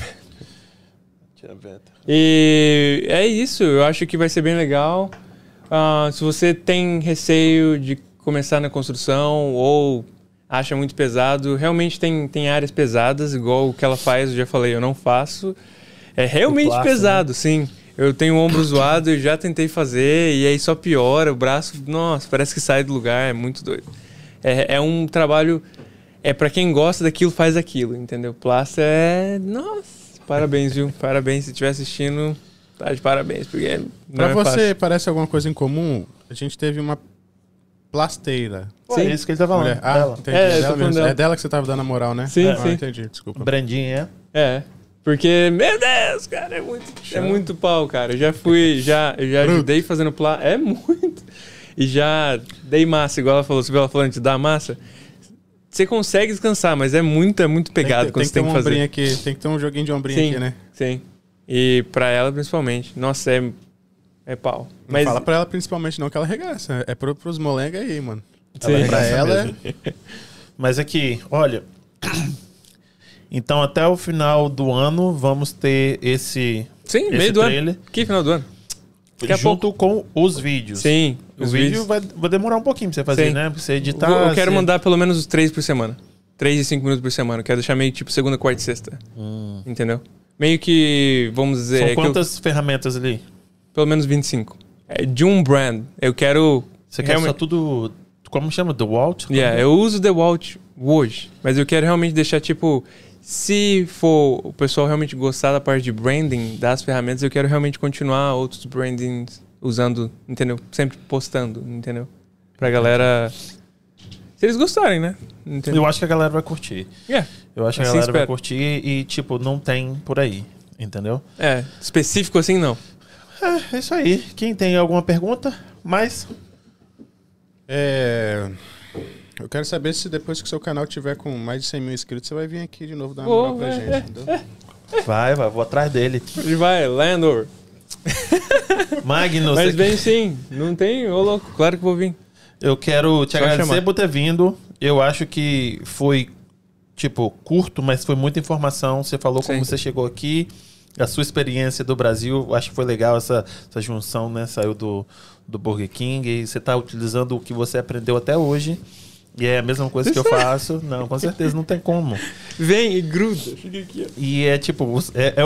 Beta. E é isso, eu acho que vai ser bem legal. Se você tem receio de começar na construção ou acha muito pesado, realmente tem áreas pesadas, igual o que ela faz, eu já falei, eu não faço. É realmente plástico, pesado, sim. Eu tenho o ombro zoado, eu já tentei fazer e aí só piora, o braço, nossa, parece que sai do lugar, é muito doido. É um trabalho, pra quem gosta daquilo, faz aquilo, entendeu? Plástico nossa, parabéns, viu? Parabéns, se estiver assistindo, tá de parabéns, porque não Pra é você, fácil. parece alguma coisa em comum? A gente teve uma plasteira. Pô, Sim. é isso que ele tá falando. Mulher. Ah, Dela. entendi. É, eu É tô dela falando mesmo. dela. É dela que você tava dando a moral, né? Sim, Ah, sim. entendi, desculpa. Brandinha, Porque, meu Deus, cara, é muito pau, cara. Eu já ajudei fazendo plástico, é muito. E já dei massa, igual ela falou, se ela falou antes de dar massa, você consegue descansar, mas é muito pegado quando você tem que um fazer. ombrinho aqui, tem que ter um joguinho de ombrinho Sim, aqui, né? sim. E pra ela, principalmente. Nossa, é pau. Não Mas, fala pra ela principalmente não que ela regaça. É pros moleques aí, mano. sim. Pra arregaça ela... mesmo. Mas aqui, olha. Então até o final do ano vamos ter esse Sim, esse meio do trailer, ano. Que final do ano? Daqui a junto com os vídeos. Sim, O os vídeo vídeos. vai demorar um pouquinho pra você fazer, Sim. né? Pra você editar. Eu quero você- mandar pelo menos os 3 por semana. 3 e 5 minutos por semana. Eu quero deixar meio tipo segunda, quarta e sexta. Entendeu? Meio que, vamos dizer... São que eu- quantas ferramentas ali? pelo menos 25. É de um brand. Eu quero... Você quer só tudo... Como chama? The Walt? Yeah, eu uso The Walt hoje. Mas eu quero realmente deixar, tipo... Se for o pessoal realmente gostar da parte de branding das ferramentas, eu quero realmente continuar outros brandings usando, entendeu? Sempre postando, entendeu? Pra galera... Se eles gostarem, né? Entendeu? Eu acho que a galera vai curtir. Yeah. Eu acho que a Assim galera vai espero. curtir e, tipo, não tem por aí. Entendeu? É, específico assim não. É isso aí. Quem tem alguma pergunta? Mais? Eu quero saber se depois que o seu canal tiver com mais de 100 mil inscritos, você vai vir aqui de novo dar uma moral pra gente, entendeu? Vai, vou atrás dele. Ele vai, Landor. Magnus. Mas vem sim, não tem, ô louco, claro que vou vir. Eu quero te agradecer chamar. por ter vindo. Eu acho que foi, tipo, curto, mas foi muita informação. Você falou como você chegou aqui, a sua experiência do Brasil. Eu acho que foi legal essa junção, né? Saiu do Burger King e você está utilizando o que você aprendeu até hoje. E é a mesma coisa que eu faço. Não, com certeza, não tem como. Vem e gruda. Fica aqui, ó. E é tipo,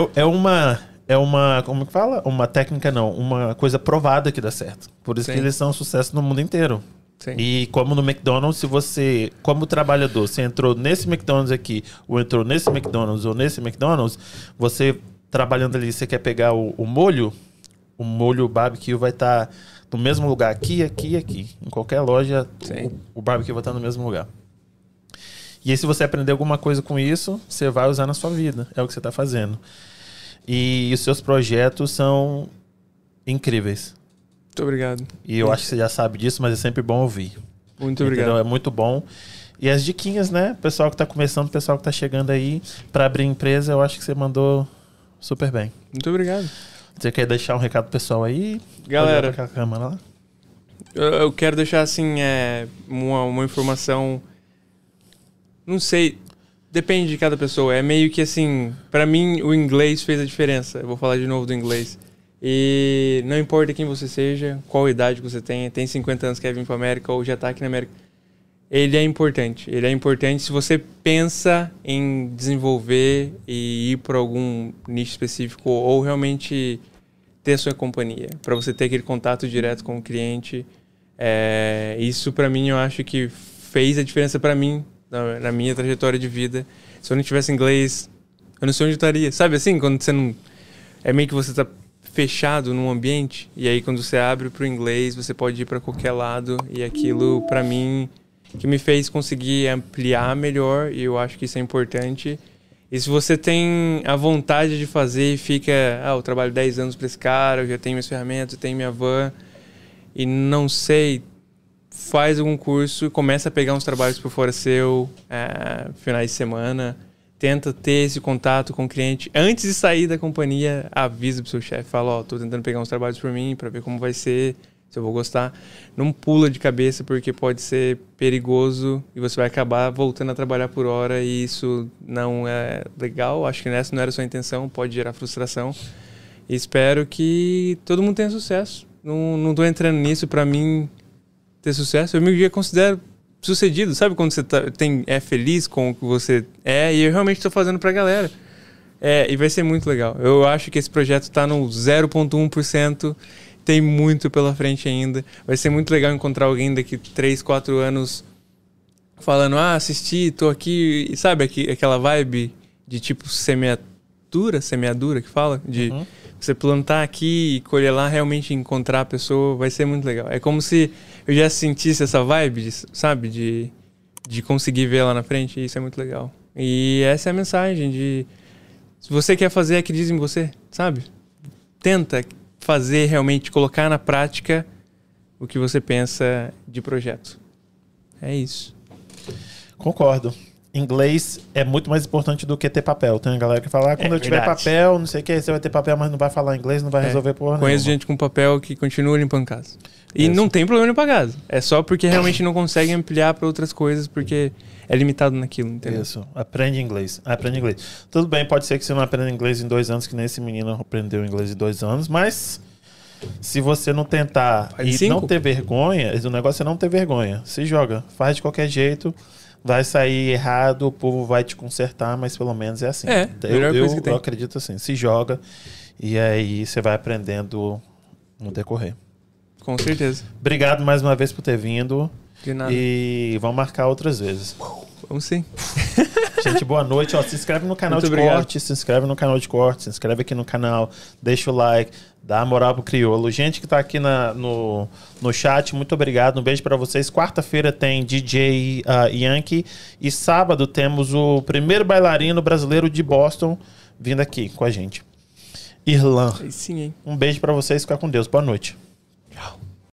é uma, como que fala? Uma técnica não, uma coisa provada que dá certo. Por isso que eles são um sucesso no mundo inteiro. Sim. E como no McDonald's, se você, como trabalhador, você entrou nesse McDonald's aqui, ou entrou nesse McDonald's, ou nesse McDonald's, você trabalhando ali, você quer pegar o molho barbecue vai estar no mesmo lugar, aqui. Em qualquer loja, o barbecue vai estar no mesmo lugar. E aí, se você aprender alguma coisa com isso, você vai usar na sua vida. É o que você está fazendo. E os seus projetos são incríveis. Muito obrigado. E eu acho que você já sabe disso, mas é sempre bom ouvir. Muito obrigado. Entendeu? É muito bom. E as diquinhas, né? Pessoal que está começando, pessoal que está chegando aí para abrir empresa, eu acho que você mandou super bem. Muito obrigado. Você quer deixar um recado pessoal aí? Galera, pra câmera lá? Eu quero deixar assim uma informação. Não sei, depende de cada pessoa. É meio que assim, pra mim o inglês fez a diferença. Eu vou falar de novo do inglês. E não importa quem você seja, qual idade você tem 50 anos, quer vir pra América ou já tá aqui na América. Ele é importante. Ele é importante se você pensa em desenvolver e ir para algum nicho específico ou realmente ter a sua companhia, para você ter aquele contato direto com o cliente. Isso para mim eu acho que fez a diferença para mim na minha trajetória de vida. Se eu não tivesse inglês, eu não sei onde eu estaria. Sabe assim, quando você não... É meio que você tá fechado num ambiente e aí quando você abre pro inglês, você pode ir para qualquer lado e aquilo para mim que me fez conseguir ampliar melhor, e eu acho que isso é importante. E se você tem a vontade de fazer e fica, eu trabalho 10 anos para esse cara, eu já tenho minhas ferramentas, eu tenho minha van, e não sei, faz algum curso, começa a pegar uns trabalhos por fora seu, finais de semana, tenta ter esse contato com o cliente. Antes de sair da companhia, avisa pro seu chefe, fala, tô tentando pegar uns trabalhos por mim, para ver como vai ser, se eu vou gostar. Não pula de cabeça porque pode ser perigoso e você vai acabar voltando a trabalhar por hora e isso não é legal. Acho que essa não era a sua intenção, pode gerar frustração. E espero que todo mundo tenha sucesso. Não tô entrando nisso para mim ter sucesso. Eu me considero sucedido. Sabe quando você é feliz com o que você é? E eu realmente estou fazendo pra galera. E vai ser muito legal. Eu acho que esse projeto está no 0,1%. Tem muito pela frente ainda. Vai ser muito legal encontrar alguém daqui 3, 4 anos falando, assisti, tô aqui. E sabe aquela vibe de tipo semeadura que fala? De você plantar aqui e colher lá, realmente encontrar a pessoa. Vai ser muito legal. É como se eu já sentisse essa vibe, sabe? De conseguir ver lá na frente. E isso é muito legal. E essa é a mensagem de... Se você quer fazer, acredite em você, sabe? Tenta fazer realmente, colocar na prática o que você pensa de projeto. É isso. Concordo. Inglês é muito mais importante do que ter papel. Tem uma galera que fala, quando eu tiver papel, não sei o que, você vai ter papel, mas não vai falar inglês, não vai resolver porra nenhuma. Conheço gente com papel que continua limpando casa. E não tem problema limpar casa. É só porque realmente não consegue ampliar para outras coisas, porque é limitado naquilo, entendeu? Isso. Aprende inglês. Tudo bem, pode ser que você não aprenda inglês em 2 anos, que nem esse menino aprendeu inglês em 2 anos, mas se você não tentar não ter vergonha, o negócio é não ter vergonha. Se joga, faz de qualquer jeito, vai sair errado, o povo vai te consertar, mas pelo menos é assim. Eu acredito assim, se joga e aí você vai aprendendo no decorrer. Com certeza. Obrigado mais uma vez por ter vindo. De nada. E vamos marcar outras vezes. Vamos sim. Gente, boa noite. Se inscreve no canal de corte, se inscreve aqui no canal, deixa o like, dá a moral pro Criolo. Gente que tá aqui no chat, muito obrigado. Um beijo pra vocês. Quarta-feira tem DJ Yankee e sábado temos o primeiro bailarino brasileiro de Boston vindo aqui com a gente. Irlan. Sim, hein? Um beijo pra vocês, fica com Deus. Boa noite.